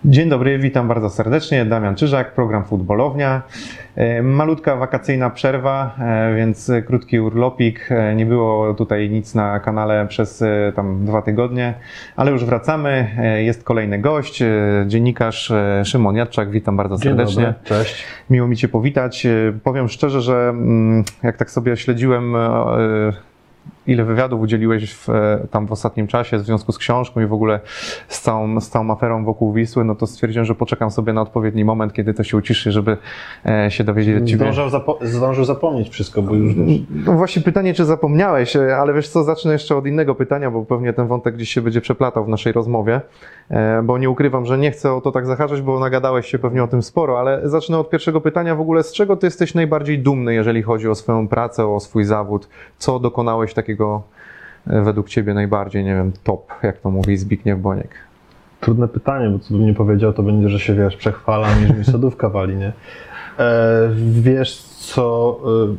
Dzień dobry, witam bardzo serdecznie. Damian Czyżak, program Futbolownia. Malutka wakacyjna przerwa, więc krótki urlopik. Nie było tutaj nic na kanale przez tam 2 tygodnie, ale już wracamy. Jest kolejny gość, dziennikarz Szymon Jadczak. Witam bardzo serdecznie. Dzień dobry, cześć. Miło mi Cię powitać. Powiem szczerze, że jak tak sobie śledziłem, ile wywiadów udzieliłeś tam w ostatnim czasie w związku z książką i w ogóle z całą aferą wokół Wisły, no to stwierdziłem, że poczekam sobie na odpowiedni moment, kiedy to się uciszy, żeby się dowiedzieć od Ciebie. Zdążył zapomnieć wszystko, bo już wiesz. No właśnie pytanie, czy zapomniałeś, ale wiesz co, zacznę jeszcze od innego pytania, bo pewnie ten wątek gdzieś się będzie przeplatał w naszej rozmowie, bo nie ukrywam, że nie chcę o to tak zahaczać, bo nagadałeś się pewnie o tym sporo, ale zacznę od pierwszego pytania w ogóle, z czego Ty jesteś najbardziej dumny, jeżeli chodzi o swoją pracę, o swój zawód? Co dokonałeś takiego według Ciebie najbardziej, nie wiem, top, jak to mówi Zbigniew Boniek? Trudne pytanie, bo co bym nie powiedział, to będzie, że się, wiesz, przechwalam i że mi sodówka wali, nie? Wiesz co,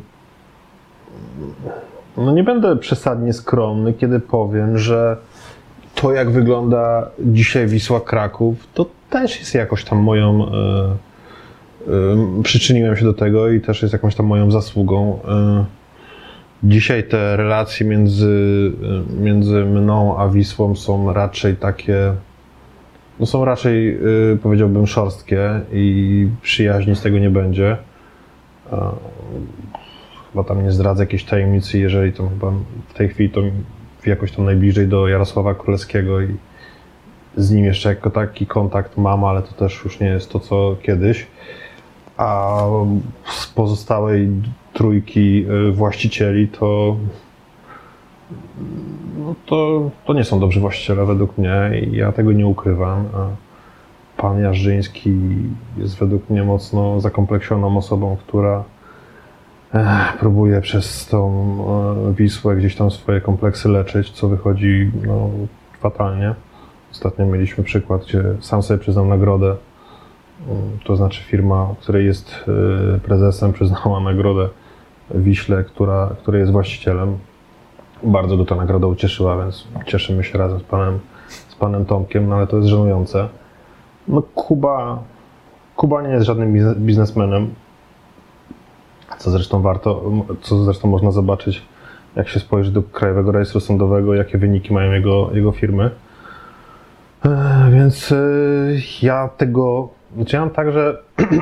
no nie będę przesadnie skromny, kiedy powiem, że to, jak wygląda dzisiaj Wisła Kraków, to też jest jakoś tam moją, przyczyniłem się do tego i też jest jakąś tam moją zasługą. Dzisiaj te relacje między mną a Wisłą są raczej takie, no są raczej, powiedziałbym, szorstkie i przyjaźni z tego nie będzie. Chyba tam nie zdradzę jakiejś tajemnicy, jeżeli to chyba w tej chwili to jakoś tam najbliżej do Jarosława Królewskiego i z nim jeszcze jako taki kontakt mam, ale to też już nie jest to, co kiedyś. A z pozostałej trójki właścicieli to nie są dobrzy właściciele według mnie i ja tego nie ukrywam. Pan Jarzyński jest według mnie mocno zakompleksioną osobą, która próbuje przez tą Wisłę gdzieś tam swoje kompleksy leczyć, co wychodzi no, fatalnie. Ostatnio mieliśmy przykład, gdzie sam sobie przyznał nagrodę. To znaczy firma, której jest prezesem, przyznała nagrodę Wiśle, której jest właścicielem. Bardzo go ta nagroda ucieszyła, więc cieszymy się razem z panem Tomkiem, no ale to jest żenujące. No Kuba nie jest żadnym biznesmenem, co zresztą można zobaczyć, jak się spojrzy do Krajowego Rejestru Sądowego, jakie wyniki mają jego firmy. Więc ja mam tak, że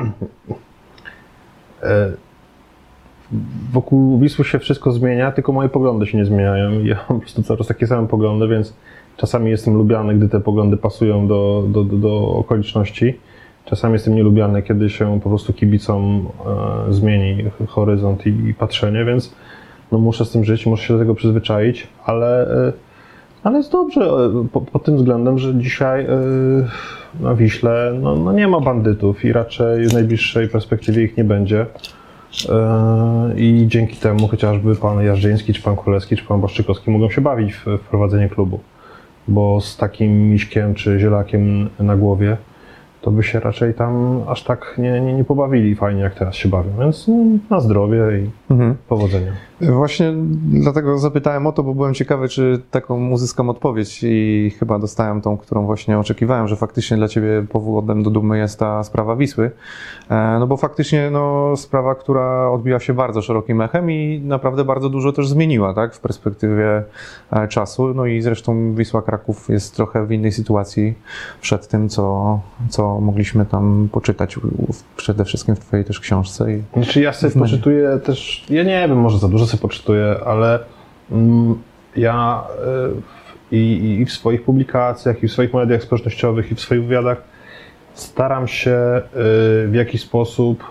wokół Wisły się wszystko zmienia, tylko moje poglądy się nie zmieniają. Ja mam po prostu cały czas takie same poglądy, więc czasami jestem lubiany, gdy te poglądy pasują do okoliczności. Czasami jestem nielubiany, kiedy się po prostu kibicom zmieni horyzont i patrzenie, więc no muszę z tym żyć, muszę się do tego przyzwyczaić, ale jest dobrze pod tym względem, że dzisiaj na Wiśle no nie ma bandytów i raczej w najbliższej perspektywie ich nie będzie. I dzięki temu chociażby pan Jarzyński, czy pan Królewski, czy pan Błaszczykowski mogą się bawić w prowadzenie klubu. Bo z takim miśkiem czy zielakiem na głowie to by się raczej tam aż tak nie pobawili fajnie, jak teraz się bawią. Więc na zdrowie i powodzenia. Właśnie dlatego zapytałem o to, bo byłem ciekawy, czy taką uzyskam odpowiedź i chyba dostałem tą, którą właśnie oczekiwałem, że faktycznie dla Ciebie powodem do dumy jest ta sprawa Wisły. No bo faktycznie sprawa, która odbiła się bardzo szerokim echem i naprawdę bardzo dużo też zmieniła, tak, w perspektywie czasu. No i zresztą Wisła Kraków jest trochę w innej sytuacji przed tym, co mogliśmy tam poczytać przede wszystkim w Twojej też książce. Znaczy ja sobie poczytuję też, ja nie wiem, może za dużo sobie poczytuję, ale ja i w swoich publikacjach, i w swoich mediach społecznościowych, i w swoich wywiadach staram się w jakiś sposób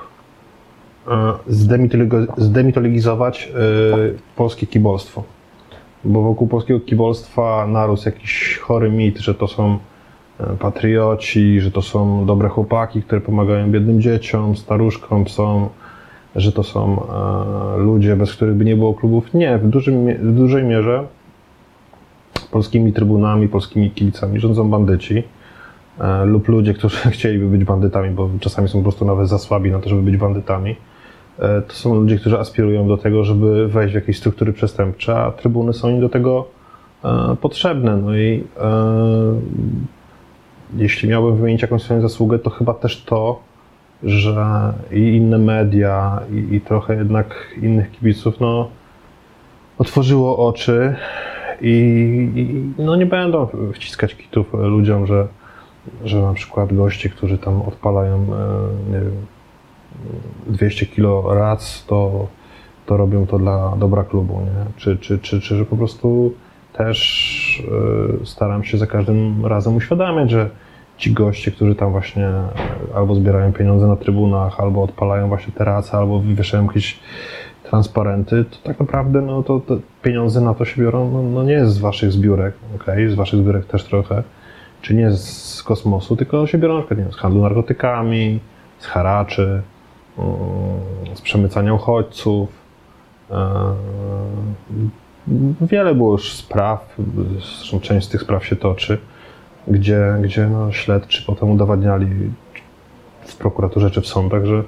zdemitologizować polskie kibolstwo. Bo wokół polskiego kibolstwa narósł jakiś chory mit, że to są patrioci, że to są dobre chłopaki, które pomagają biednym dzieciom, staruszkom, psom, że to są ludzie, bez których by nie było klubów. Nie, w dużej mierze polskimi trybunami, polskimi kibicami rządzą bandyci lub ludzie, którzy chcieliby być bandytami, bo czasami są po prostu nawet za słabi na to, żeby być bandytami. To są ludzie, którzy aspirują do tego, żeby wejść w jakieś struktury przestępcze, a trybuny są im do tego potrzebne. No i jeśli miałbym wymienić jakąś swoją zasługę, to chyba też to, że i inne media, i trochę jednak innych kibiców, no, otworzyło oczy i no nie będą wciskać kitów ludziom, że na przykład goście, którzy tam odpalają, nie wiem, 200 kilo rac, to robią to dla dobra klubu, nie? Czy że po prostu też staram się za każdym razem uświadamiać, że ci goście, którzy tam właśnie albo zbierają pieniądze na trybunach, albo odpalają właśnie te race, albo wieszają jakieś transparenty, to tak naprawdę no, to pieniądze na to się biorą, no nie z waszych zbiórek, okej, z waszych zbiórek też trochę, czy nie z kosmosu, tylko się biorą na przykład, nie wiem, z handlu narkotykami, z haraczy, z przemycania uchodźców. Wiele było już spraw, zresztą część z tych spraw się toczy, gdzie no, śledczy potem udowadniali w prokuraturze czy w sądach, że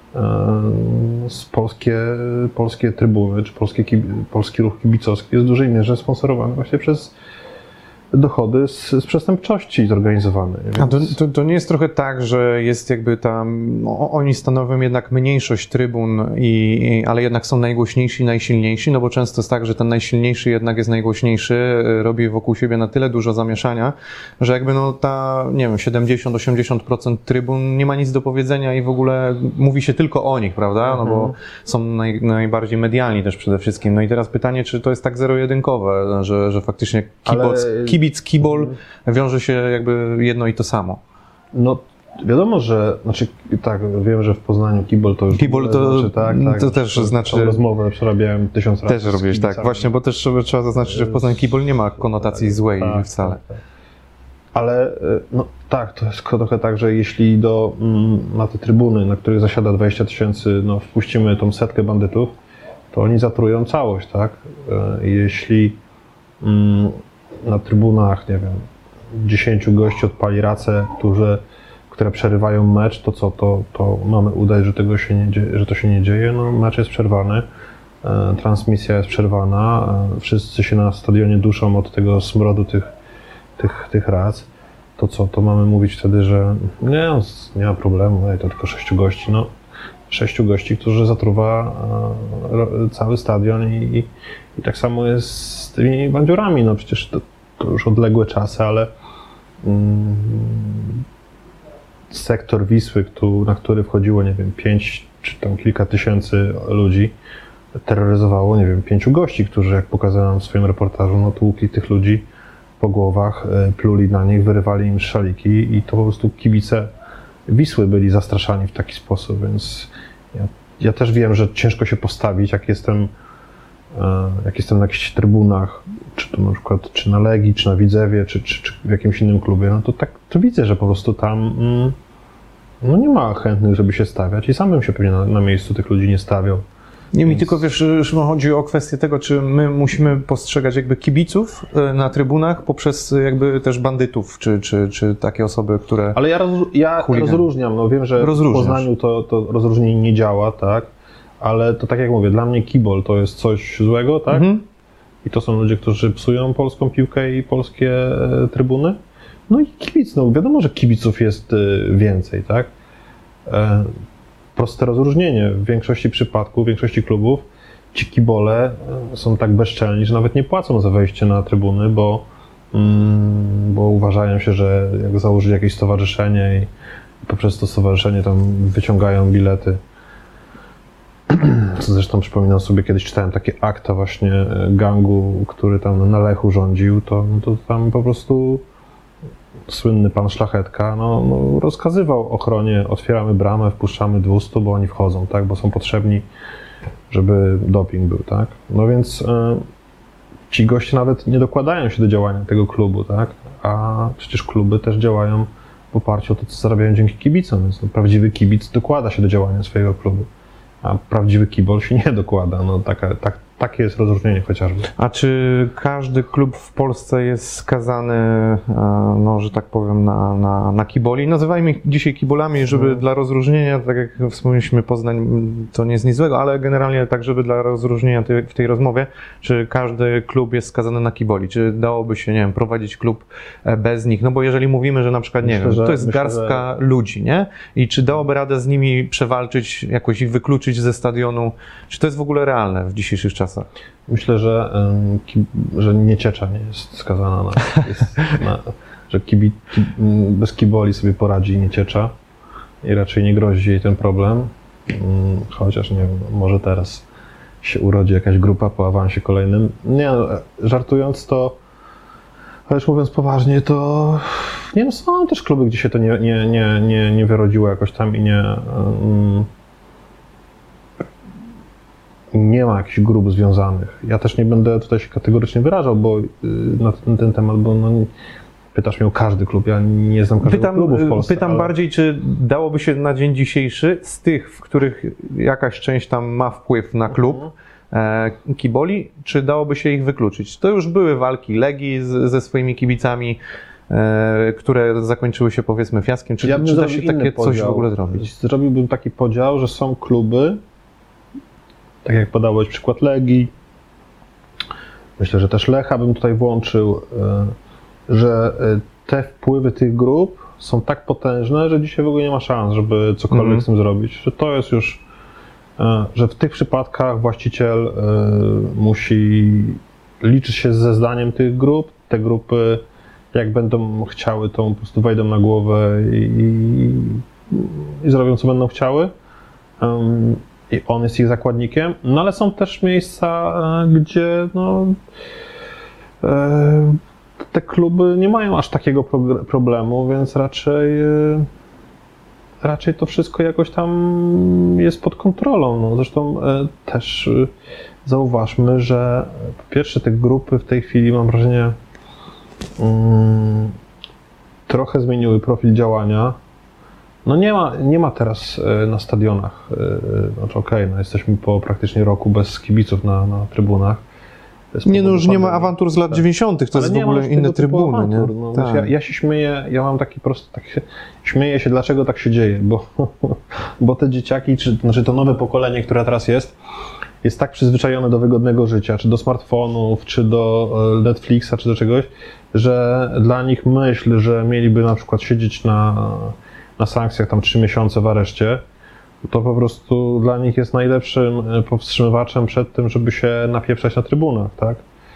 polskie trybuny czy polski ruch kibicowski jest w dużej mierze sponsorowany właśnie przez dochody z przestępczości zorganizowanej. Więc... A to nie jest trochę tak, że jest jakby tam, no, oni stanowią jednak mniejszość trybun, ale jednak są najgłośniejsi, najsilniejsi, no bo często jest tak, że ten najsilniejszy jednak jest najgłośniejszy, robi wokół siebie na tyle dużo zamieszania, że jakby no ta, nie wiem, 70-80% trybun nie ma nic do powiedzenia i w ogóle mówi się tylko o nich, prawda? No bo są najbardziej medialni też przede wszystkim. No i teraz pytanie, czy to jest tak zero-jedynkowe, że faktycznie kibic-kibol wiąże się jakby jedno i to samo. No wiadomo, że, znaczy tak, wiem, że w Poznaniu kibol to już... Kibol to, znaczy, tak, to też znaczy... Tą rozmowę przerabiałem 1000 razy. Też robisz, tak, właśnie, bo też trzeba zaznaczyć, że w Poznaniu kibol nie ma konotacji złej tak, wcale. Tak. Ale no tak, to jest trochę tak, że jeśli na te trybuny, na których zasiada 20 000, no wpuścimy tą setkę bandytów, to oni zatrują całość, tak? Jeśli na trybunach, nie wiem, 10 gości odpali racę, które przerywają mecz, to co, to mamy udać, że tego się nie dzieje, że to się nie dzieje? No, mecz jest przerwany, transmisja jest przerwana, wszyscy się na stadionie duszą od tego smrodu tych rac. To co, to mamy mówić wtedy, że nie ma problemu, to tylko 6 gości. No, 6 gości, którzy zatruwa cały stadion i tak samo jest z tymi bandziurami. No przecież to już odległe czasy, ale sektor Wisły, na który wchodziło, nie wiem, 5 czy tam kilka tysięcy ludzi, terroryzowało, nie wiem, 5 gości, którzy, jak pokazałem w swoim reportażu, no tłukli tych ludzi po głowach, pluli na nich, wyrywali im szaliki i to po prostu kibice Wisły byli zastraszani w taki sposób, więc ja też wiem, że ciężko się postawić, jak jestem na jakichś trybunach, czy to na przykład czy na Legii, czy na Widzewie, czy w jakimś innym klubie, no to tak to widzę, że po prostu tam no nie ma chętnych, żeby się stawiać i sam bym się pewnie na miejscu tych ludzi nie stawiał. Nie, mi tylko, wiesz, Szymon, chodzi o kwestię tego, czy my musimy postrzegać jakby kibiców na trybunach poprzez jakby też bandytów, czy takie osoby, które... Ale ja rozróżniam, no wiem, że w Poznaniu to rozróżnienie nie działa, tak, ale to tak jak mówię, dla mnie kibol to jest coś złego, tak, i to są ludzie, którzy psują polską piłkę i polskie trybuny, no i kibic, no wiadomo, że kibiców jest więcej, tak. Proste rozróżnienie. W większości przypadków, w większości klubów ci kibole są tak bezczelni, że nawet nie płacą za wejście na trybuny, bo uważają się, że jak założyć jakieś stowarzyszenie i poprzez to stowarzyszenie tam wyciągają bilety. Zresztą przypominam sobie, kiedyś czytałem takie akta właśnie gangu, który tam na Lechu rządził, to tam po prostu słynny pan Szlachetka, no rozkazywał ochronie, otwieramy bramę, wpuszczamy 200, bo oni wchodzą, tak, bo są potrzebni, żeby doping był, tak. No więc ci goście nawet nie dokładają się do działania tego klubu, tak, a przecież kluby też działają w oparciu o to, co zarabiają dzięki kibicom, więc no, prawdziwy kibic dokłada się do działania swojego klubu, a prawdziwy kibol się nie dokłada, no takie jest rozróżnienie chociażby. A czy każdy klub w Polsce jest skazany, no, że tak powiem, na kiboli? Nazywajmy ich dzisiaj kibolami, żeby dla rozróżnienia, tak jak wspomnieliśmy, Poznań to nie jest nic złego, ale generalnie tak, żeby dla rozróżnienia w tej rozmowie, czy każdy klub jest skazany na kiboli? Czy dałoby się, nie wiem, prowadzić klub bez nich? No bo jeżeli mówimy, że na przykład, nie wiem, to jest garstka ludzi, nie? I czy dałoby radę z nimi przewalczyć, jakoś ich wykluczyć ze stadionu? Czy to jest w ogóle realne w dzisiejszych czasach? Myślę, że Nieciecza nie jest skazana że bez kiboli sobie poradzi Nieciecza i raczej nie grozi jej ten problem. Chociaż nie wiem, może teraz się urodzi jakaś grupa po awansie kolejnym. Nie, żartując to, ale już mówiąc poważnie, to nie no, są też kluby, gdzie się to nie wyrodziło jakoś tam i nie ma jakichś grup związanych. Ja też nie będę tutaj się kategorycznie wyrażał, bo na ten temat, bo no, pytasz mnie o każdy klub, ja nie znam każdego klubu w Polsce. Pytam bardziej, czy dałoby się na dzień dzisiejszy z tych, w których jakaś część tam ma wpływ na klub, kiboli, czy dałoby się ich wykluczyć? To już były walki Legii ze swoimi kibicami, które zakończyły się, powiedzmy, fiaskiem. Czy da się takie coś w ogóle zrobić? Zrobiłbym taki podział, że są kluby, tak jak podałeś przykład Legii, myślę, że też Lecha bym tutaj włączył, że te wpływy tych grup są tak potężne, że dzisiaj w ogóle nie ma szans, żeby cokolwiek z tym zrobić. Że to jest już, że w tych przypadkach właściciel musi liczyć się ze zdaniem tych grup. Te grupy, jak będą chciały, to po prostu wejdą na głowę i zrobią, co będą chciały. I on jest ich zakładnikiem, no ale są też miejsca, gdzie no, te kluby nie mają aż takiego problemu, więc raczej to wszystko jakoś tam jest pod kontrolą. No, zresztą też zauważmy, że po pierwsze te grupy w tej chwili, mam wrażenie, trochę zmieniły profil działania. No nie ma teraz na stadionach, znaczy okej, no jesteśmy po praktycznie roku bez kibiców na trybunach. Nie, no już nie ma awantur z lat 90., to jest w ogóle inne trybuny, nie? No, tak. Ja się śmieję, ja mam taki prosty, śmieję się, dlaczego tak się dzieje, bo te dzieciaki, znaczy to nowe pokolenie, które teraz jest tak przyzwyczajone do wygodnego życia, czy do smartfonów, czy do Netflixa, czy do czegoś, że dla nich myśl, że mieliby na przykład siedzieć na sankcjach tam 3 miesiące w areszcie, to po prostu dla nich jest najlepszym powstrzymywaczem przed tym, żeby się napieprzać na trybunach, tak?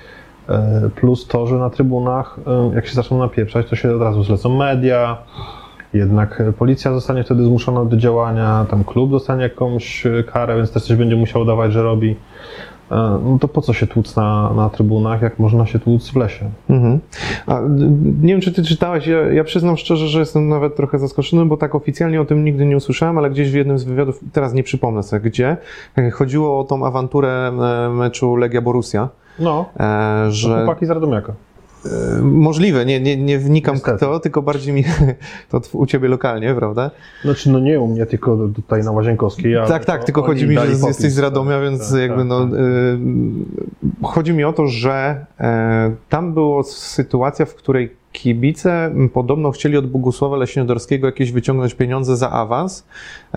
Plus to, że na trybunach, jak się zaczną napieprzać, to się od razu zlecą media, jednak policja zostanie wtedy zmuszona do działania, tam klub dostanie jakąś karę, więc też coś będzie musiał udawać, że robi. No to po co się tłuc na trybunach, jak można się tłuc w lesie? A nie wiem, czy ty czytałeś, ja przyznam szczerze, że jestem nawet trochę zaskoczony, bo tak oficjalnie o tym nigdy nie usłyszałem, ale gdzieś w jednym z wywiadów, teraz nie przypomnę sobie gdzie, chodziło o tą awanturę meczu Legia-Borussia. No, że chłopaki z Radomiaka. Możliwe, nie wnikam Niestety. kto, tylko bardziej mi to u ciebie lokalnie, prawda? Znaczy, no nie u mnie, tylko tutaj na Łazienkowskiej. Tak, tylko chodzi mi, że jesteś z Radomia, więc jakby chodzi mi o to, że tam była sytuacja, w której kibice podobno chcieli od Bogusława Leśniodorskiego jakieś wyciągnąć pieniądze za awans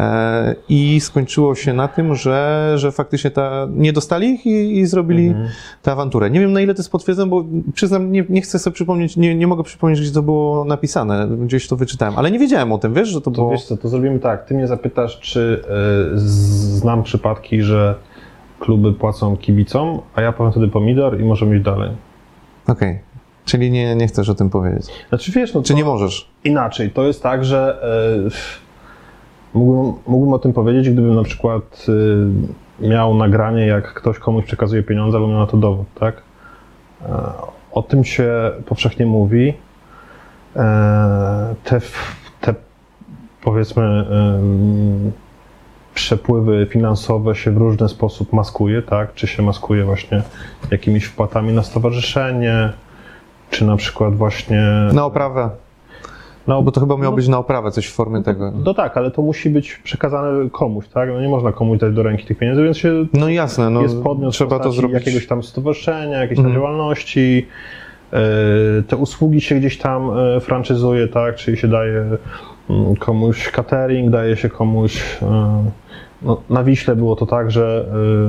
i skończyło się na tym, że faktycznie nie dostali ich i zrobili tę awanturę. Nie wiem, na ile to jest potwierdzone, bo przyznam, nie chcę sobie przypomnieć, nie mogę przypomnieć, gdzie to było napisane, gdzieś to wyczytałem, ale nie wiedziałem o tym, wiesz, że to było... Wiesz co, to zrobimy tak, ty mnie zapytasz, czy znam przypadki, że kluby płacą kibicom, a ja powiem wtedy pomidor i możemy iść dalej. Okej. Czyli nie chcesz o tym powiedzieć. Znaczy wiesz, no czy nie możesz? Inaczej, to jest tak, że mógłbym o tym powiedzieć, gdybym na przykład miał nagranie, jak ktoś komuś przekazuje pieniądze, albo miał na to dowód, tak? O tym się powszechnie mówi. Te powiedzmy przepływy finansowe się w różny sposób maskuje, tak? Czy się maskuje właśnie jakimiś wpłatami na stowarzyszenie, czy na przykład właśnie... Na oprawę. No bo to chyba miało być na oprawę coś w formie tego. No tak, ale to musi być przekazane komuś, tak? No nie można komuś dać do ręki tych pieniędzy, więc się No jasne, no jest podmiot trzeba to zrobić. jakiegoś tam stowarzyszenia, jakiejś tam działalności. Te usługi się gdzieś tam franczyzuje, tak? Czyli się daje komuś catering, daje się komuś... No, na Wiśle było to tak, że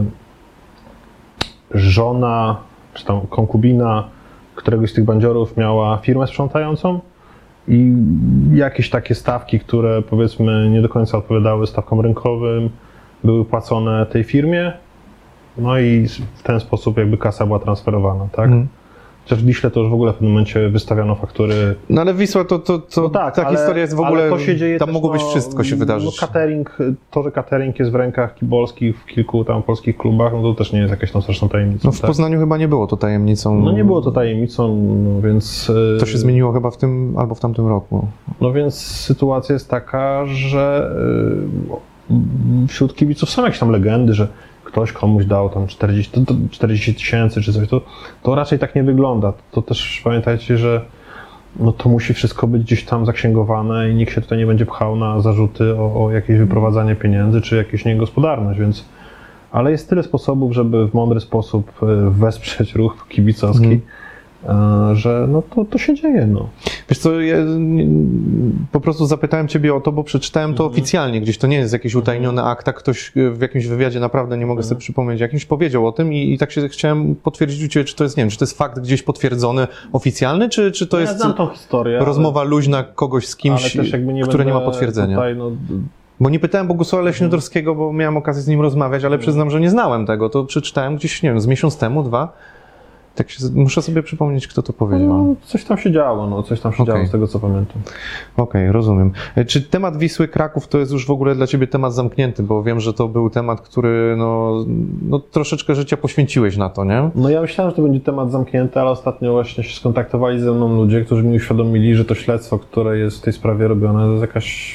żona, czy tam konkubina któregoś z tych bandziorów miała firmę sprzątającą i jakieś takie stawki, które powiedzmy nie do końca odpowiadały stawkom rynkowym, były płacone tej firmie, no i w ten sposób jakby kasa była transferowana, tak? Chociaż w Wiśle to już w ogóle w pewnym momencie wystawiano faktury. No ale Wisła to No tak, ta historia jest w ogóle, to się dzieje tam też, mogło być wszystko się wydarzyć. No catering, to, że catering jest w rękach kibolskich w kilku tam polskich klubach, no to też nie jest jakaś tam straszną tajemnicą. No w Poznaniu chyba nie było to tajemnicą. No nie było to tajemnicą, no więc... To się zmieniło chyba w tym albo w tamtym roku. No więc sytuacja jest taka, że wśród kibiców są jakieś tam legendy, że ktoś komuś dał tam 40 tysięcy czy coś, to raczej tak nie wygląda. To też pamiętajcie, że no to musi wszystko być gdzieś tam zaksięgowane i nikt się tutaj nie będzie pchał na zarzuty o jakieś wyprowadzanie pieniędzy czy jakąś niegospodarność, więc... Ale jest tyle sposobów, żeby w mądry sposób wesprzeć ruch kibicowski, że no to się dzieje, no. Wiesz co, ja po prostu zapytałem Ciebie o to, bo przeczytałem to oficjalnie gdzieś, to nie jest jakiś utajniony akt, tak ktoś w jakimś wywiadzie, naprawdę nie mogę sobie przypomnieć, jakimś powiedział o tym i tak się chciałem potwierdzić u Ciebie, czy to jest, nie wiem, czy to jest fakt gdzieś potwierdzony oficjalny, czy to jest znam tą historię, rozmowa luźna kogoś z kimś, które nie ma potwierdzenia. Tutaj, Bo nie pytałem Bogusława Leśniodorskiego, bo miałem okazję z nim rozmawiać, ale przyznam, że nie znałem tego, to przeczytałem gdzieś, nie wiem, z miesiąc temu, 2. Tak muszę sobie przypomnieć, kto to powiedział. No, coś tam się działo, działo z tego, co pamiętam. Okej, rozumiem. Czy temat Wisły Kraków to jest już w ogóle dla Ciebie temat zamknięty, bo wiem, że to był temat, który no troszeczkę życia poświęciłeś na to, nie? No ja myślałem, że to będzie temat zamknięty, ale ostatnio właśnie się skontaktowali ze mną ludzie, którzy mi uświadomili, że to śledztwo, które jest w tej sprawie robione, to jest jakaś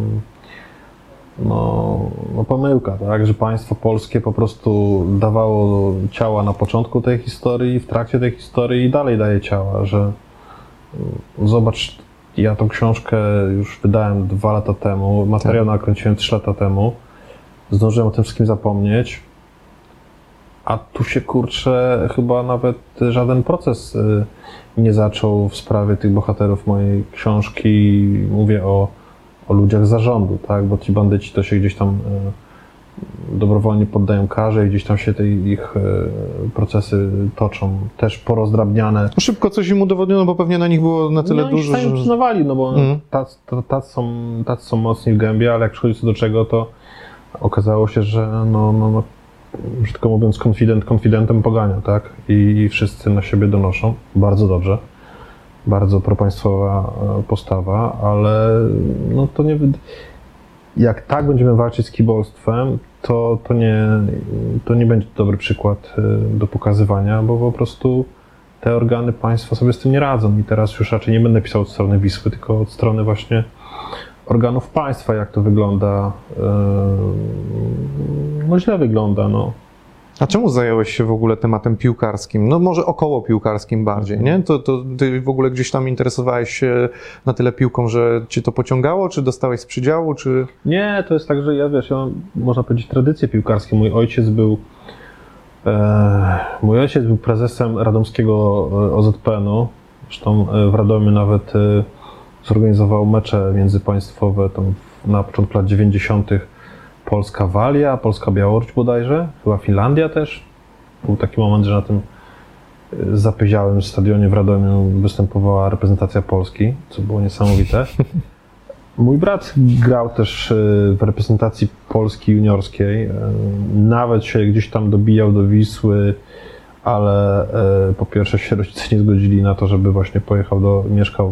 pomyłka, tak? Że państwo polskie po prostu dawało ciała na początku tej historii, w trakcie tej historii i dalej daje ciała, że zobacz, ja tą książkę już wydałem 2 lata temu, materiał nakręciłem 3 lata temu, zdążyłem o tym wszystkim zapomnieć, a tu się kurczę chyba nawet żaden proces nie zaczął w sprawie tych bohaterów mojej książki, mówię o ludziach z zarządu, tak? Bo ci bandyci to się gdzieś tam dobrowolnie poddają karze i gdzieś tam się ich procesy toczą, też porozdrabniane. Szybko coś im udowodniono, bo pewnie na nich było na tyle dużo, że... przyznawali, no bo tacy są mocni w gębie, ale jak przychodzi co do czego, to okazało się, że brzydko mówiąc, konfidentem pogania, tak? I wszyscy na siebie donoszą. Bardzo dobrze. Bardzo propaństwowa postawa, ale no to nie... Jak tak będziemy walczyć z kibolstwem, to nie będzie dobry przykład do pokazywania, bo po prostu te organy państwa sobie z tym nie radzą i teraz już raczej nie będę pisał od strony Wisły, tylko od strony właśnie organów państwa, jak to wygląda. No źle wygląda, no. A czemu zająłeś się w ogóle tematem piłkarskim? No może około piłkarskim bardziej, nie? To ty w ogóle gdzieś tam interesowałeś się na tyle piłką, że cię to pociągało, czy dostałeś z przydziału, czy... Nie, to jest tak, że ja mam, można powiedzieć, tradycje piłkarskie. Mój ojciec był prezesem radomskiego OZPN-u. Zresztą w Radomiu nawet zorganizował mecze międzypaństwowe tam na początku lat 90. Polska-Walia, Polska-Białoruś bodajże, chyba Finlandia też. Był taki moment, że na tym zapyziałym stadionie w Radomiu występowała reprezentacja Polski, co było niesamowite. Mój brat grał też w reprezentacji Polski juniorskiej, nawet się gdzieś tam dobijał do Wisły, ale po pierwsze się rodzice nie zgodzili na to, żeby właśnie mieszkał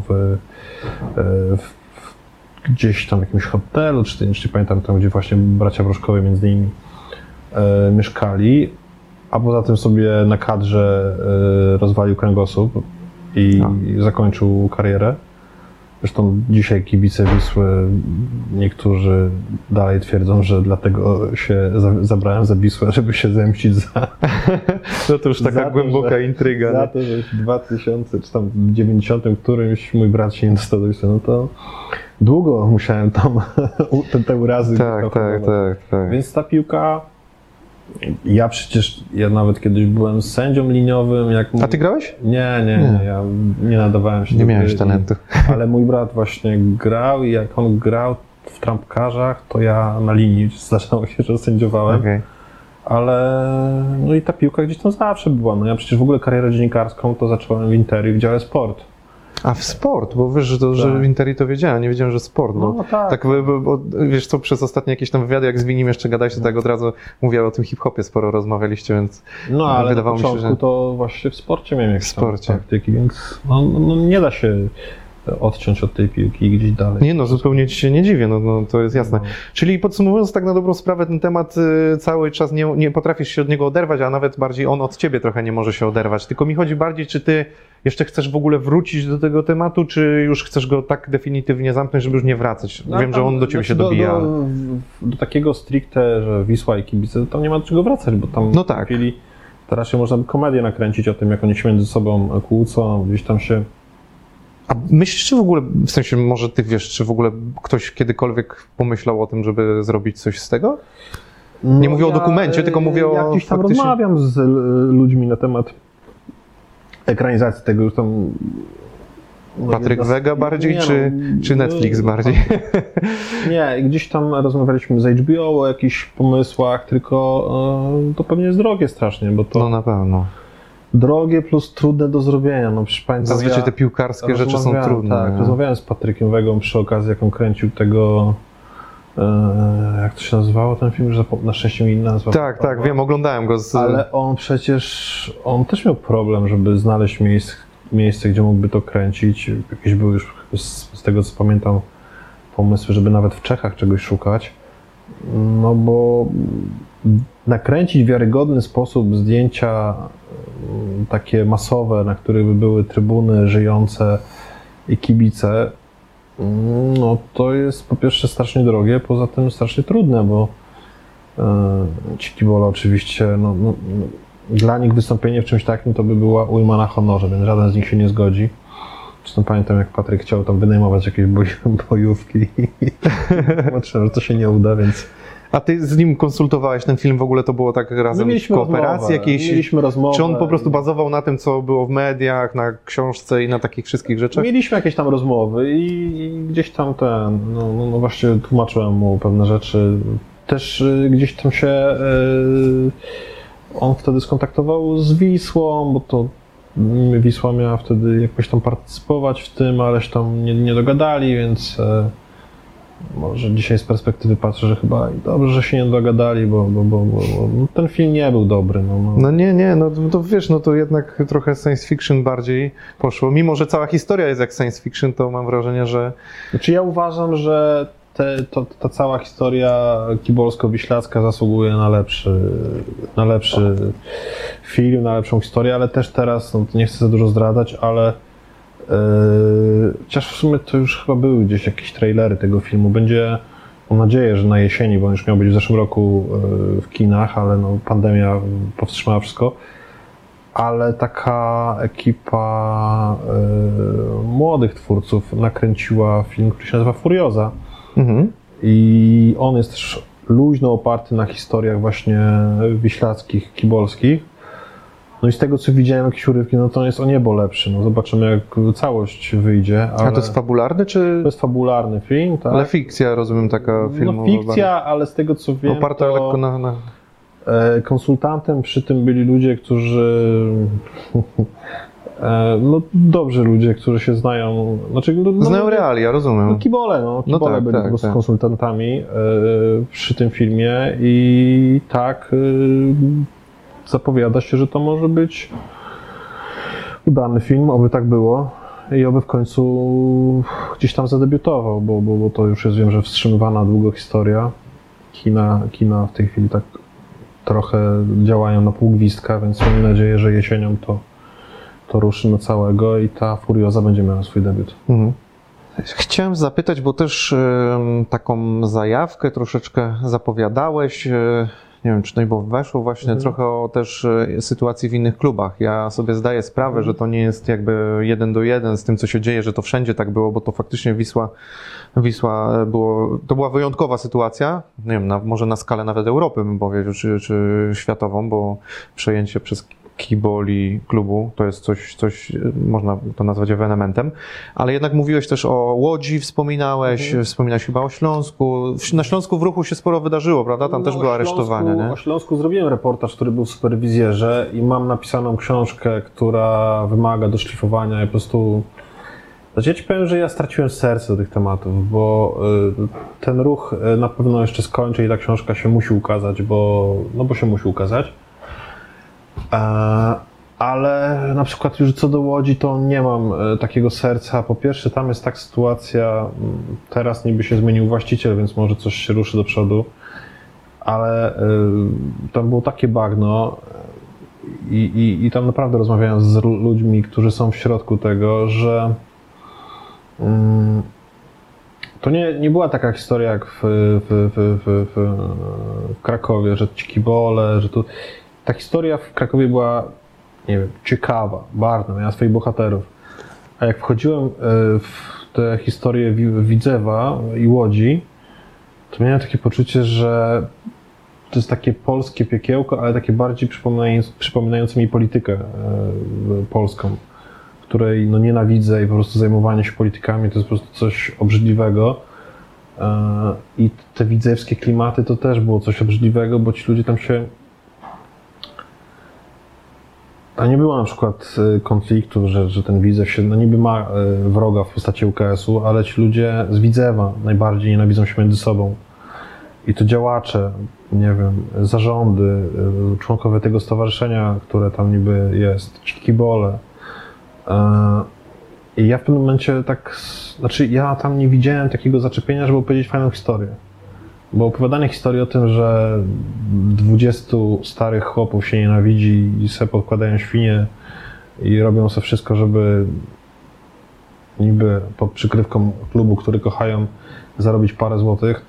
gdzieś tam w jakimś hotelu, czy pamiętam tam, gdzie właśnie bracia Wrożkowie między nimi mieszkali, a poza tym sobie na kadrze rozwalił kręgosłup i zakończył karierę. Zresztą dzisiaj kibice Wisły, niektórzy dalej twierdzą, że dlatego się zabrałem za Wisłę, żeby się zemścić za... No to już taka za głęboka to, intryga. Za to, że w 2000 czy tam w 90 którymś mój brat się nie dostał do Wisły, no to długo musiałem tam te urazy tak. Więc ta piłka... Ja nawet kiedyś byłem sędzią liniowym. A ty grałeś? Nie, ja nie nadawałem się. Nie miałeś talentu. Ale mój brat właśnie grał i jak on grał w trampkarzach, to ja na linii zdarzało się, że sędziowałem. Okay. Ale no i ta piłka gdzieś tam zawsze była. No ja przecież w ogóle karierę dziennikarską to zacząłem w Interii w dziale sport. A w sport, bo wiesz, że w Interi to wiedziałem, nie wiedziałem, że sport. No tak. Bo, wiesz co, przez ostatnie jakieś tam wywiady, jak z Winim jeszcze gadaliście, tak od razu mówię o tym hip-hopie, sporo rozmawialiście, więc no, ale wydawało na początku mi się, że... to właśnie w sporcie miałem jakieś sporcie. praktyki, więc no, nie da się odciąć od tej piłki i gdzieś dalej. Nie no, zupełnie ci się nie dziwię, no to jest jasne. Czyli podsumowując tak na dobrą sprawę, ten temat cały czas nie potrafisz się od niego oderwać, a nawet bardziej on od ciebie trochę nie może się oderwać. Tylko mi chodzi bardziej, czy ty jeszcze chcesz w ogóle wrócić do tego tematu, czy już chcesz go tak definitywnie zamknąć, żeby już nie wracać? No, wiem, że on do ciebie się dobija. Do takiego stricte, że Wisła i kibice, to tam nie ma do czego wracać, bo tam no tak. to raczej można by komedię nakręcić o tym, jak oni się między sobą kłócą, gdzieś tam się... A myślisz, czy w ogóle, w sensie może ty wiesz, czy w ogóle ktoś kiedykolwiek pomyślał o tym, żeby zrobić coś z tego? Nie mówię o dokumencie, tylko mówię o... Ja gdzieś tam faktycznie... rozmawiam z ludźmi na temat ekranizacji tego, już tam... Patryk Wega bardziej, czy Netflix bardziej? Nie, gdzieś tam rozmawialiśmy z HBO o jakichś pomysłach, tylko to pewnie jest drogie strasznie, bo to... No na pewno. Drogie plus trudne do zrobienia. No, pamiętam, zazwyczaj te piłkarskie rzeczy są trudne. Tak, rozmawiałem z Patrykiem Wegą przy okazji, jak on kręcił tego... jak to się nazywało ten film, że na szczęście mi inna nazwa. Tak, wiem, oglądałem go. Ale on przecież, on też miał problem, żeby znaleźć miejsce, gdzie mógłby to kręcić. Jakieś były już, z tego co pamiętam, pomysły, żeby nawet w Czechach czegoś szukać. No bo nakręcić w wiarygodny sposób zdjęcia takie masowe, na których by były trybuny żyjące i kibice, no to jest po pierwsze strasznie drogie, poza tym strasznie trudne, bo ci kibole oczywiście, dla nich wystąpienie w czymś takim to by była ujma na honorze, więc żaden z nich się nie zgodzi. Zresztą pamiętam, jak Patryk chciał tam wynajmować jakieś bojówki i zobaczyłem, że to się nie uda, więc... A ty z nim konsultowałeś ten film, w ogóle to było tak razem w kooperacji jakiejś? Mieliśmy rozmowę. Czy on po prostu bazował na tym, co było w mediach, na książce i na takich wszystkich rzeczach? Mieliśmy jakieś tam rozmowy i gdzieś tam no właśnie tłumaczyłem mu pewne rzeczy. Też gdzieś tam się on wtedy skontaktował z Wisłą, bo to Wisła miała wtedy jakoś tam partycypować w tym, ale się tam nie dogadali, więc może dzisiaj z perspektywy patrzę, że chyba dobrze, że się nie dogadali, bo ten film nie był dobry. No nie, to wiesz, no to jednak trochę science fiction bardziej poszło. Mimo że cała historia jest jak science fiction, to mam wrażenie, że... Znaczy ja uważam, że ta cała historia kibolsko-wiślacka zasługuje na lepszy film, na lepszą historię, ale też teraz, no nie chcę za dużo zdradzać, ale chociaż w sumie to już chyba były gdzieś jakieś trailery tego filmu. Będzie, mam nadzieję, że na jesieni, bo on już miał być w zeszłym roku w kinach, ale no, pandemia powstrzymała wszystko. Ale taka ekipa młodych twórców nakręciła film, który się nazywa Furioza. Mhm. I on jest też luźno oparty na historiach właśnie wiślackich, kibolskich. No i z tego, co widziałem, jakieś urywki, no to jest o niebo lepszy. No zobaczymy, jak całość wyjdzie. Ale... A to jest fabularny, czy...? To jest fabularny film, tak. Ale fikcja, rozumiem, taka filmowa. No fikcja, ale z tego, co wiem, oparta to... lekko na... Konsultantem przy tym byli ludzie, którzy... no dobrzy ludzie, którzy się znają... Znaczy, znają realia, rozumiem. No kibole tak, byli po prostu konsultantami przy tym filmie i tak... zapowiada się, że to może być udany film, oby tak było i oby w końcu gdzieś tam zadebiutował, bo to już jest, wiem, że wstrzymywana długo historia. Kina w tej chwili tak trochę działają na pół gwizdka, więc mam nadzieję, że jesienią to ruszy na całego i ta Furioza będzie miała swój debiut. Mhm. Chciałem zapytać, bo też taką zajawkę troszeczkę zapowiadałeś. Nie wiem, czy to bo weszło właśnie trochę o też sytuacji w innych klubach. Ja sobie zdaję sprawę, że to nie jest jakby 1:1 z tym, co się dzieje, że to wszędzie tak było, bo to faktycznie Wisła to była wyjątkowa sytuacja. Nie wiem, może na skalę nawet Europy bym powiedział, czy światową, bo przejęcie przez kiboli klubu to jest coś można to nazwać ewenementem, ale jednak mówiłeś też o Łodzi, wspominałeś chyba o Śląsku. Na Śląsku w ruchu się sporo wydarzyło, prawda? Tam też były aresztowania, nie? O Śląsku zrobiłem reportaż, który był w superwizjerze i mam napisaną książkę, która wymaga doszlifowania i po prostu... Znaczy ja ci powiem, że ja straciłem serce do tych tematów, bo ten ruch na pewno jeszcze skończy i ta książka się musi ukazać, bo się musi ukazać. Ale na przykład już co do Łodzi, to nie mam takiego serca. Po pierwsze, tam jest tak sytuacja, teraz niby się zmienił właściciel, więc może coś się ruszy do przodu, ale tam było takie bagno i tam naprawdę rozmawiałem z ludźmi, którzy są w środku tego, że to nie była taka historia jak w Krakowie, że ci kibole, że tu... Ta historia w Krakowie była, nie wiem, ciekawa, bardzo, miała swoich bohaterów. A jak wchodziłem w tę historię Widzewa i Łodzi, to miałem takie poczucie, że to jest takie polskie piekiełko, ale takie bardziej przypominające mi politykę polską, której nienawidzę i po prostu zajmowanie się politykami to jest po prostu coś obrzydliwego. I te widzewskie klimaty to też było coś obrzydliwego, bo ci ludzie tam się... A nie było na przykład konfliktów, że ten Widzew się, niby ma wroga w postaci UKS-u, ale ci ludzie z Widzewa najbardziej nienawidzą się między sobą. I to działacze, nie wiem, zarządy, członkowie tego stowarzyszenia, które tam niby jest, ci kibole. I ja w pewnym momencie ja tam nie widziałem takiego zaczepienia, żeby opowiedzieć fajną historię. Bo opowiadanie historii o tym, że 20 starych chłopów się nienawidzi i sobie podkładają świnie i robią sobie wszystko, żeby niby pod przykrywką klubu, który kochają, zarobić parę złotych,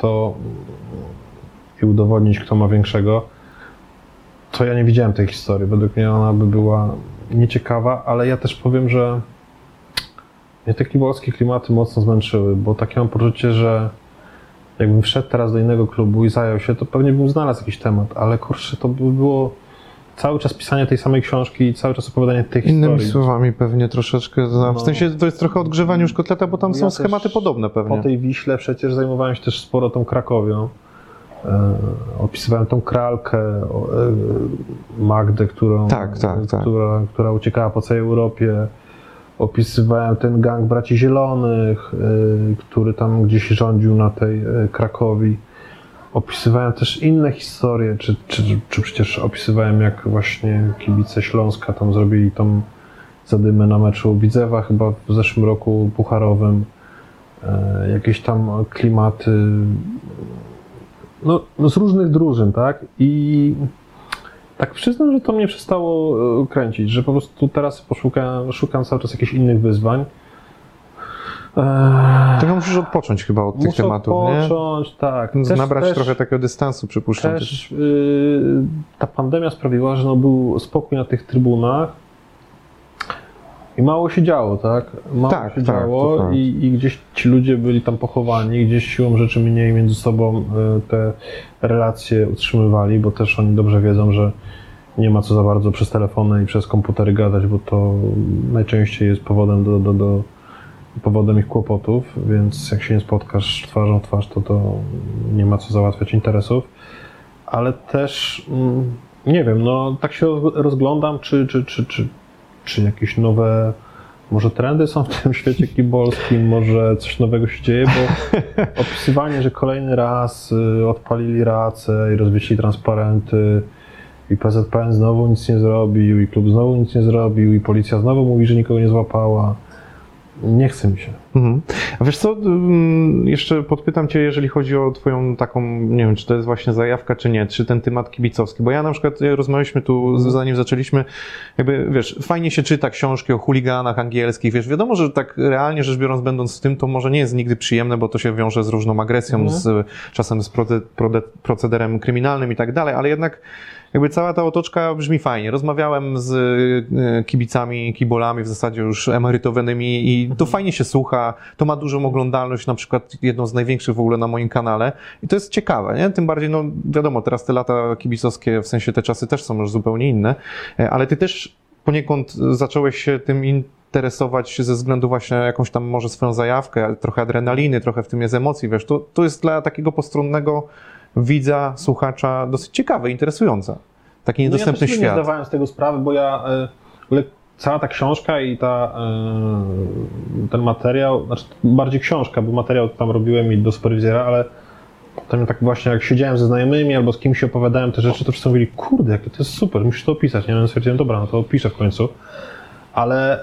i udowodnić, kto ma większego, to ja nie widziałem tej historii. Według mnie ona by była nieciekawa, ale ja też powiem, że mnie te kibolskie klimaty mocno zmęczyły, bo takie mam poczucie, że jakbym wszedł teraz do innego klubu i zajął się, to pewnie bym znalazł jakiś temat, ale kurczę, to by było cały czas pisanie tej samej książki i cały czas opowiadanie tych historii. Innymi słowami pewnie troszeczkę, w sensie to jest trochę odgrzewanie już kotleta, bo tam są schematy podobne pewnie. Po tej Wiśle przecież zajmowałem się też sporo tą Krakowią. Opisywałem tą Kralkę, Magdę, która uciekała po całej Europie. Opisywałem ten gang Braci Zielonych, który tam gdzieś rządził na tej Krakowi. Opisywałem też inne historie, czy przecież opisywałem, jak właśnie kibice Śląska tam zrobili tą zadymę na meczu Widzewa chyba w zeszłym roku pucharowym. Jakieś tam klimaty z różnych drużyn, tak? I tak przyznam, że to mnie przestało kręcić, że po prostu teraz szukam cały czas jakichś innych wyzwań. Tylko musisz odpocząć chyba od tych tematów, odpocząć, nie? Tak. Nabrać trochę takiego dystansu, przypuszczam. Też ta pandemia sprawiła, że był spokój na tych trybunach i mało się działo, tak? Mało się działo i gdzieś ci ludzie byli tam pochowani, gdzieś siłą rzeczy mniej między sobą te relacje utrzymywali, bo też oni dobrze wiedzą, że nie ma co za bardzo przez telefony i przez komputery gadać, bo to najczęściej jest powodem ich kłopotów, więc jak się nie spotkasz twarzą w twarz, to nie ma co załatwiać interesów. Ale też, nie wiem, tak się rozglądam, czy jakieś nowe może trendy są w tym świecie kibolskim, może coś nowego się dzieje, bo opisywanie, że kolejny raz odpalili racę i rozwiesili transparenty i PZPN znowu nic nie zrobił i klub znowu nic nie zrobił i policja znowu mówi, że nikogo nie złapała. Nie chce mi się. A wiesz co, jeszcze podpytam Cię, jeżeli chodzi o Twoją taką, nie wiem, czy to jest właśnie zajawka, czy nie, czy ten temat kibicowski, bo ja na przykład rozmawialiśmy tu, zanim zaczęliśmy, jakby, wiesz, fajnie się czyta książki o chuliganach angielskich, wiesz, wiadomo, że tak realnie rzecz biorąc, będąc w tym, to może nie jest nigdy przyjemne, bo to się wiąże z różną agresją, czasem z procederem kryminalnym i tak dalej, ale jednak jakby cała ta otoczka brzmi fajnie. Rozmawiałem z kibicami, kibolami w zasadzie już emerytowanymi i to fajnie się słucha, to ma dużą oglądalność, na przykład jedną z największych w ogóle na moim kanale i to jest ciekawe, nie? Tym bardziej, no wiadomo, teraz te lata kibicowskie, w sensie te czasy też są już zupełnie inne, ale ty też poniekąd zacząłeś się tym interesować ze względu właśnie na jakąś tam może swoją zajawkę, trochę adrenaliny, trochę w tym jest emocji, wiesz, to jest dla takiego postronnego widza, słuchacza dosyć ciekawe, interesujące. Taki niedostępny świat. Ja nie zdawałem z tego sprawy, bo cała ta książka i ten materiał, znaczy bardziej książka, bo materiał tam robiłem i do superwizjera, ale potem tak właśnie jak siedziałem ze znajomymi albo z kimś opowiadałem te rzeczy, to wszyscy mówili, kurde, jakie to jest super, musisz to opisać. Nie wiem, stwierdziłem, dobra, no to opiszę w końcu. Ale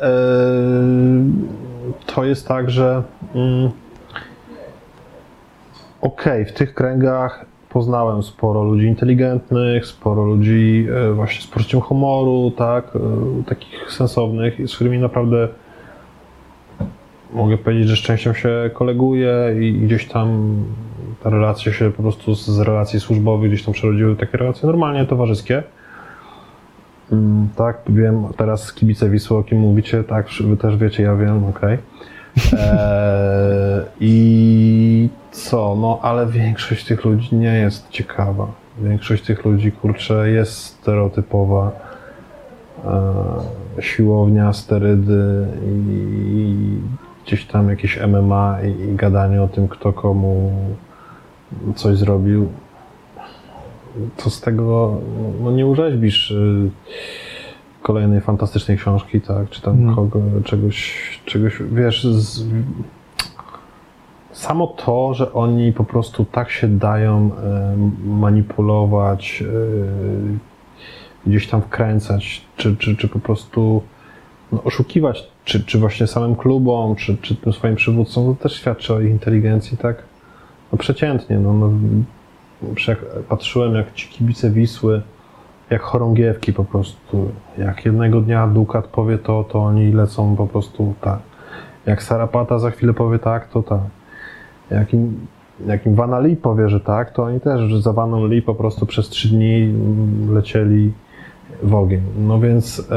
to jest tak, że w tych kręgach poznałem sporo ludzi inteligentnych, sporo ludzi właśnie z poczuciem humoru, tak, takich sensownych, z którymi naprawdę mogę powiedzieć, że z częścią się koleguję i gdzieś tam te relacje się po prostu z relacji służbowych gdzieś tam przerodziły takie relacje normalnie towarzyskie. Tak, wiem, teraz kibice Wisły, o kim mówicie, tak, wy też wiecie, ja wiem, okej. I co, no ale większość tych ludzi nie jest ciekawa. Większość tych ludzi, kurczę, jest stereotypowa. Siłownia, sterydy i gdzieś tam jakieś MMA i gadanie o tym, kto komu coś zrobił. To z tego no, nie urzeźbisz kolejnej fantastycznej książki, tak, czy tam czegoś, wiesz, samo to, że oni po prostu tak się dają manipulować, gdzieś tam wkręcać, czy po prostu no, oszukiwać, czy właśnie samym klubom, czy tym swoim przywódcom, to też świadczy o ich inteligencji, tak, no przeciętnie, jak patrzyłem, jak ci kibice Wisły, jak chorągiewki po prostu, jak jednego dnia Dukat powie to oni lecą po prostu tak. Jak Sarapata za chwilę powie tak, to tak. Jak im Vanna Lee powie, że tak, to oni też za Vanną Lee po prostu przez 3 dni lecieli w ogień. No więc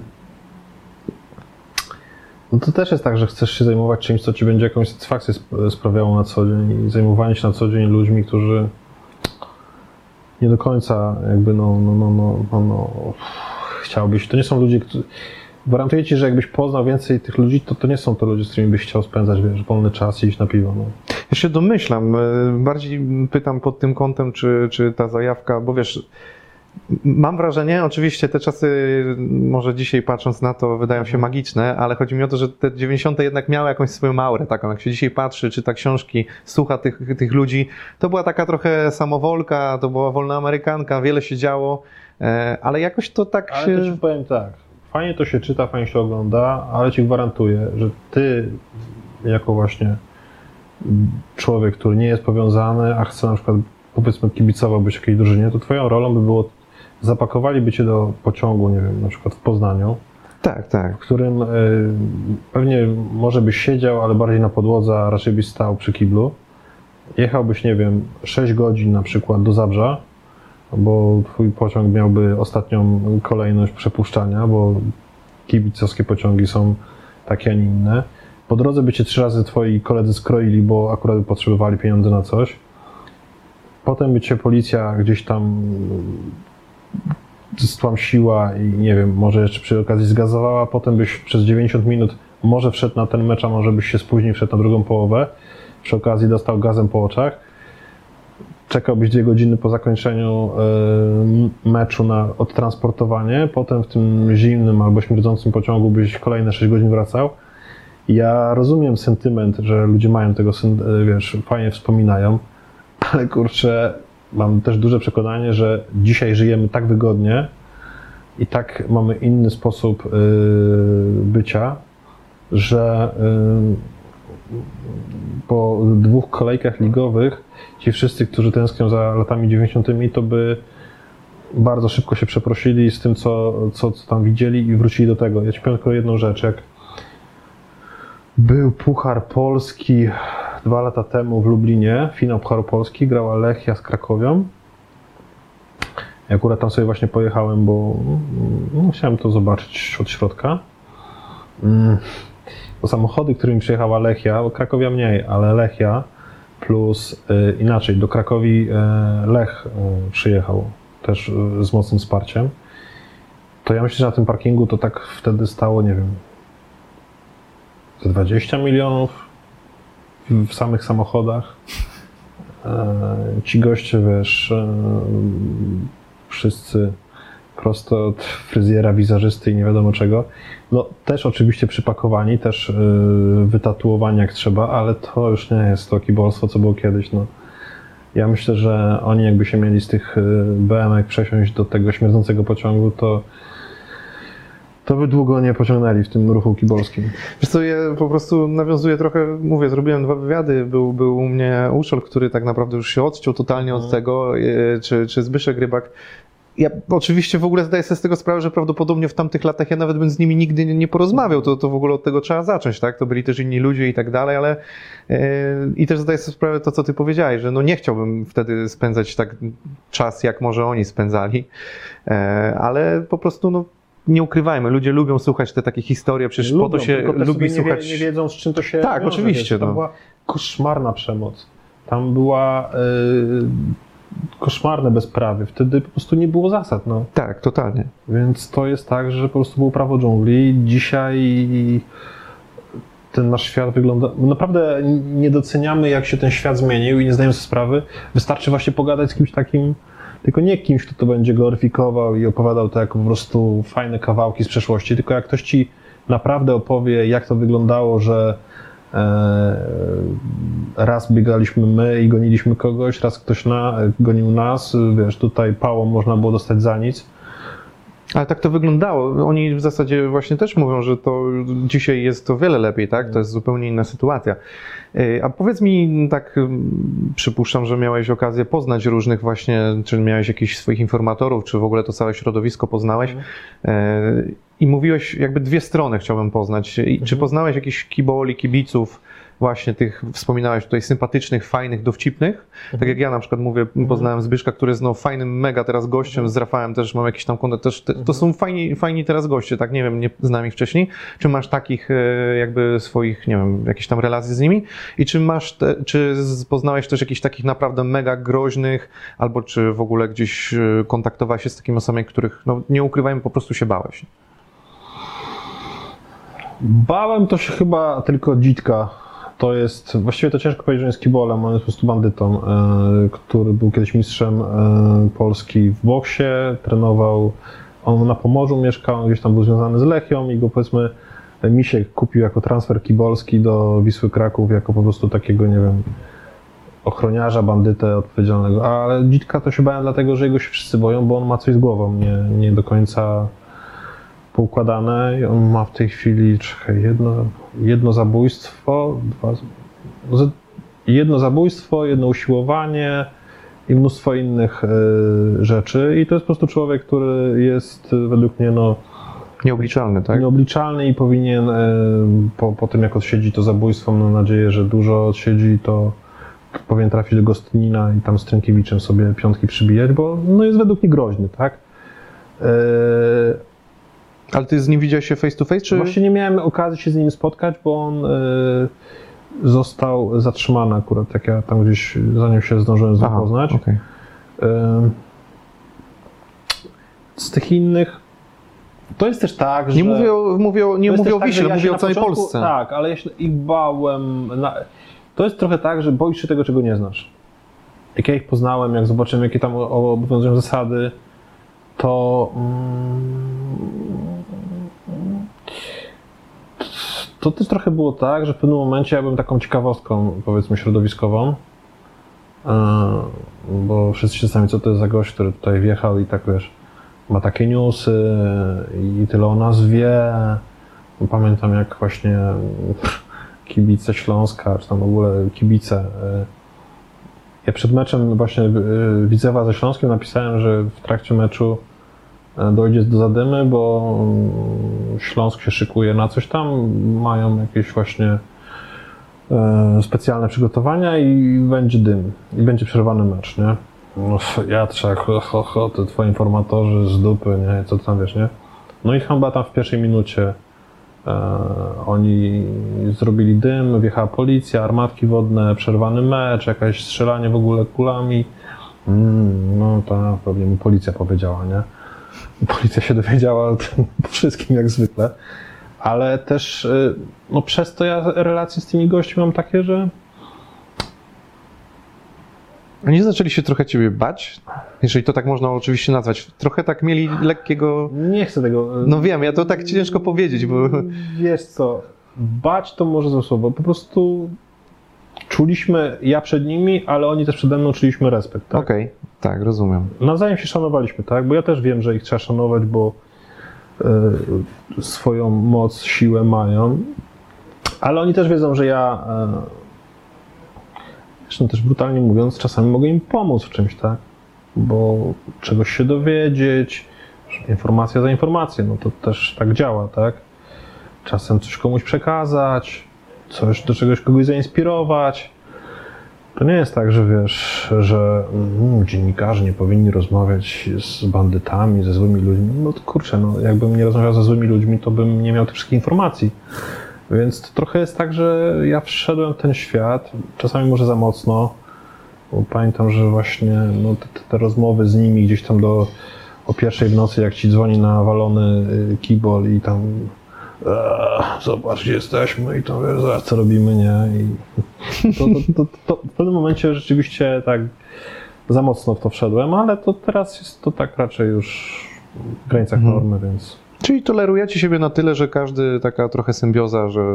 no to też jest tak, że chcesz się zajmować czymś, co ci będzie jakąś satysfakcję sprawiało na co dzień i zajmowanie się na co dzień ludźmi, którzy nie do końca jakby chciałbyś. To nie są ludzie, którzy... Gwarantuję ci, że jakbyś poznał więcej tych ludzi, to nie są to ludzie, z którymi byś chciał spędzać, wiesz, wolny czas i iść na piwo. No. Ja się domyślam. Bardziej pytam pod tym kątem, czy ta zajawka, bo wiesz, mam wrażenie, oczywiście te czasy, może dzisiaj patrząc na to, wydają się magiczne, ale chodzi mi o to, że te 90. jednak miały jakąś swoją aurę taką. Jak się dzisiaj patrzy, czyta książki, słucha tych ludzi, to była taka trochę samowolka, to była wolna amerykanka, wiele się działo, ale jakoś to tak ale się... Ale to ci powiem tak, fajnie to się czyta, fajnie się ogląda, ale ci gwarantuję, że ty jako właśnie człowiek, który nie jest powiązany, a chce na przykład powiedzmy kibicowałbyś jakiejś drużynie, to twoją rolą by było, zapakowaliby cię do pociągu, nie wiem, na przykład w Poznaniu, tak. w którym pewnie może byś siedział, ale bardziej na podłodze, a raczej byś stał przy kiblu. Jechałbyś, nie wiem, 6 godzin na przykład do Zabrza, bo twój pociąg miałby ostatnią kolejność przepuszczania, bo kibicowskie pociągi są takie, a nie inne. Po drodze by cię 3 razy twoi koledzy skroili, bo akurat by potrzebowali pieniądze na coś. Potem by cię policja gdzieś tam stłamsiła i nie wiem, może jeszcze przy okazji zgazowała, potem byś przez 90 minut może wszedł na ten mecz, a może byś się spóźnił, wszedł na drugą połowę, przy okazji dostał gazem po oczach, czekałbyś 2 godziny po zakończeniu meczu na odtransportowanie, potem w tym zimnym albo śmierdzącym pociągu byś kolejne 6 godzin wracał. Ja rozumiem sentyment, że ludzie mają tego, wiesz, fajnie wspominają, ale kurczę, mam też duże przekonanie, że dzisiaj żyjemy tak wygodnie i tak mamy inny sposób bycia, że po 2 kolejkach ligowych ci wszyscy, którzy tęsknią za latami 90., to by bardzo szybko się przeprosili z tym, co tam widzieli i wrócili do tego. Ja ci powiem tylko jedną rzecz, jak był Puchar Polski 2 lata temu w Lublinie, finał Pucharu Polski, grała Lechia z Krakowią. Ja akurat tam sobie właśnie pojechałem, bo chciałem to zobaczyć od środka. Bo samochody, którymi przyjechała Lechia, bo Krakowia mniej, ale Lechia plus inaczej, do Krakowi Lech przyjechał też z mocnym wsparciem. To ja myślę, że na tym parkingu to tak wtedy stało, nie wiem, ze 20 milionów w samych samochodach. Ci goście, wiesz, wszyscy prosto od fryzjera, wizerzysty i nie wiadomo czego. No też oczywiście przypakowani, też wytatuowani jak trzeba, ale to już nie jest to kibolstwo, co było kiedyś. No. Ja myślę, że oni jakby się mieli z tych BM-ek przesiąść do tego śmierdzącego pociągu, to by długo nie pociągnęli w tym ruchu kibolskim. Wiesz co, ja po prostu nawiązuję trochę, mówię, zrobiłem 2 wywiady, był u mnie Uszol, który tak naprawdę już się odciął totalnie od tego, czy Zbyszek Rybak. Ja oczywiście w ogóle zdaję sobie z tego sprawę, że prawdopodobnie w tamtych latach ja nawet bym z nimi nigdy nie porozmawiał, to w ogóle od tego trzeba zacząć, tak? To byli też inni ludzie i tak dalej, ale i też zdaję sobie sprawę to, co ty powiedziałeś, że no nie chciałbym wtedy spędzać tak czas, jak może oni spędzali, ale po prostu no nie ukrywajmy, ludzie lubią słuchać te takie historie, przecież lubią, po to się lubi słuchać. Nie wiedzą, z czym to się tak, wiąże, oczywiście. Tam była koszmarna przemoc. Tam była koszmarne bezprawie. Wtedy po prostu nie było zasad. No. Tak, totalnie. Więc to jest tak, że po prostu było prawo dżungli. Dzisiaj ten nasz świat wygląda... Naprawdę nie doceniamy, jak się ten świat zmienił i nie zdajemy sobie sprawy. Wystarczy właśnie pogadać z kimś takim, tylko nie kimś, kto to będzie gloryfikował i opowiadał to jako po prostu fajne kawałki z przeszłości, tylko jak ktoś ci naprawdę opowie, jak to wyglądało, że raz biegaliśmy my i goniliśmy kogoś, raz ktoś gonił nas, wiesz, tutaj pałą można było dostać za nic. Ale tak to wyglądało. Oni w zasadzie właśnie też mówią, że to dzisiaj jest to wiele lepiej, tak? To jest zupełnie inna sytuacja. A powiedz mi, tak przypuszczam, że miałeś okazję poznać różnych właśnie, czy miałeś jakichś swoich informatorów, czy w ogóle to całe środowisko poznałeś. I mówiłeś, jakby 2 strony chciałbym poznać. Czy poznałeś jakichś kiboli, kibiców, właśnie tych, wspominałeś tutaj, sympatycznych, fajnych, dowcipnych? Tak jak ja na przykład mówię, poznałem Zbyszka, który jest no fajnym mega teraz gościem, z Rafałem też mam jakiś tam kontakt, też to są fajni teraz goście, tak? Nie wiem, nie znam ich wcześniej. Czy masz takich jakby swoich, nie wiem, jakieś tam relacje z nimi? I czy poznałeś też jakichś takich naprawdę mega groźnych, albo czy w ogóle gdzieś kontaktowałeś się z takimi osobami, których, no nie ukrywajmy, po prostu się bałeś? Bałem to się chyba tylko Dzitka. To jest, właściwie to ciężko powiedzieć, że jest kibolem, on jest po prostu bandytą, który był kiedyś mistrzem Polski w boksie, trenował, on na Pomorzu mieszkał, gdzieś tam był związany z Lechią i go, powiedzmy, Misiek kupił jako transfer kibolski do Wisły Kraków, jako po prostu takiego, nie wiem, ochroniarza, bandytę odpowiedzialnego. Ale Dzitka to się bałem dlatego, że jego się wszyscy boją, bo on ma coś z głową, nie do końca poukładane i on ma w tej chwili jedno zabójstwo, jedno usiłowanie i mnóstwo innych rzeczy i to jest po prostu człowiek, który jest według mnie nieobliczalny, tak? Nieobliczalny i powinien po tym jak odsiedzi to zabójstwo, mam nadzieję, że dużo odsiedzi, to powinien trafić do Gostynina i tam z Trękiewiczem sobie piątki przybijać, bo no jest według mnie groźny, tak? Ale ty z nim widziałeś się face to face, czy? Właśnie nie miałem okazji się z nim spotkać, bo on został zatrzymany akurat, jak ja tam gdzieś, zanim się zdążyłem z nim poznać. Okay. Z tych innych, to jest też tak, że... Nie mówię o Wiśle, mówię o całej Polsce. Tak, ale ja się ich bałem. To jest trochę tak, że boisz się tego, czego nie znasz. Jak ja ich poznałem, jak zobaczyłem, jakie tam obowiązują zasady, to też trochę było tak, że w pewnym momencie ja byłem taką ciekawostką, powiedzmy, środowiskową, bo wszyscy się zastanawiają, co to jest za gość, który tutaj wjechał i tak, wiesz, ma takie newsy i tyle o nas wie. Pamiętam, jak właśnie kibice Śląska, czy tam w ogóle kibice. Ja przed meczem właśnie Widzewa ze Śląskiem napisałem, że w trakcie meczu dojdzie do zadymy, bo Śląsk się szykuje na coś tam, mają jakieś właśnie specjalne przygotowania i będzie dym, i będzie przerwany mecz, nie? No, Jatrzak, te twoi informatorzy z dupy, nie? Co tam wiesz, nie? No i chyba tam w pierwszej minucie oni zrobili dym, wjechała policja, armatki wodne, przerwany mecz, jakieś strzelanie w ogóle kulami. No to pewnie mu policja powiedziała, nie? Policja się dowiedziała o tym po wszystkim jak zwykle, ale też no przez to ja relacje z tymi gośćmi mam takie, że Oni zaczęli się trochę ciebie bać, jeżeli to tak można oczywiście nazwać. Trochę tak mieli lekkiego... nie chcę tego... No wiem, ja to tak ciężko powiedzieć, bo... Wiesz co, bać to może złe słowo, po prostu czuliśmy, ja przed nimi, ale oni też przede mną czuliśmy respekt, tak? Okej, tak, rozumiem. Nawzajem się szanowaliśmy, tak? Bo ja też wiem, że ich trzeba szanować, bo swoją moc, siłę mają, ale oni też wiedzą, że ja, zresztą też brutalnie mówiąc, czasami mogę im pomóc w czymś, tak? Bo czegoś się dowiedzieć, informacja za informację, no to też tak działa, tak? Czasem coś komuś przekazać, coś do czegoś kogoś zainspirować. To nie jest tak, że wiesz, że dziennikarze nie powinni rozmawiać z bandytami, ze złymi ludźmi. No to kurczę, no jakbym nie rozmawiał ze złymi ludźmi, to bym nie miał tych wszystkich informacji. Więc to trochę jest tak, że ja wszedłem w ten świat, czasami może za mocno, bo pamiętam, że właśnie no, te rozmowy z nimi gdzieś tam o 1:00 w nocy, jak ci dzwoni nawalony kibol i tam zobacz, gdzie jesteśmy i to wiesz, zaraz co robimy, nie? I to w pewnym momencie rzeczywiście tak za mocno w to wszedłem, ale to teraz jest to tak raczej już w granicach normy, więc... Czyli tolerujecie siebie na tyle, że każdy taka trochę symbioza, że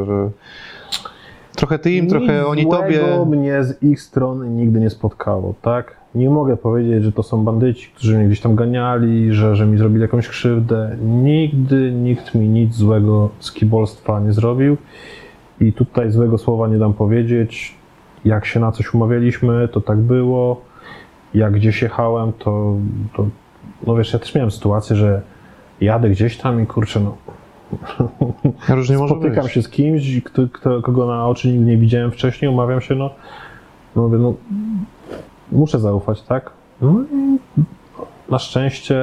trochę ty im, trochę oni tobie... Nic mnie z ich strony nigdy nie spotkało, tak? Nie mogę powiedzieć, że to są bandyci, którzy mnie gdzieś tam ganiali, że mi zrobili jakąś krzywdę. Nigdy nikt mi nic złego z kibolstwa nie zrobił i tutaj złego słowa nie dam powiedzieć. Jak się na coś umawialiśmy, to tak było. Jak gdzieś jechałem, to no wiesz, ja też miałem sytuację, że jadę gdzieś tam i kurczę, no Różnie może spotykam być. się z kimś, kogo na oczy nigdy nie widziałem wcześniej, umawiam się, no mówię, no muszę zaufać, tak? No i na szczęście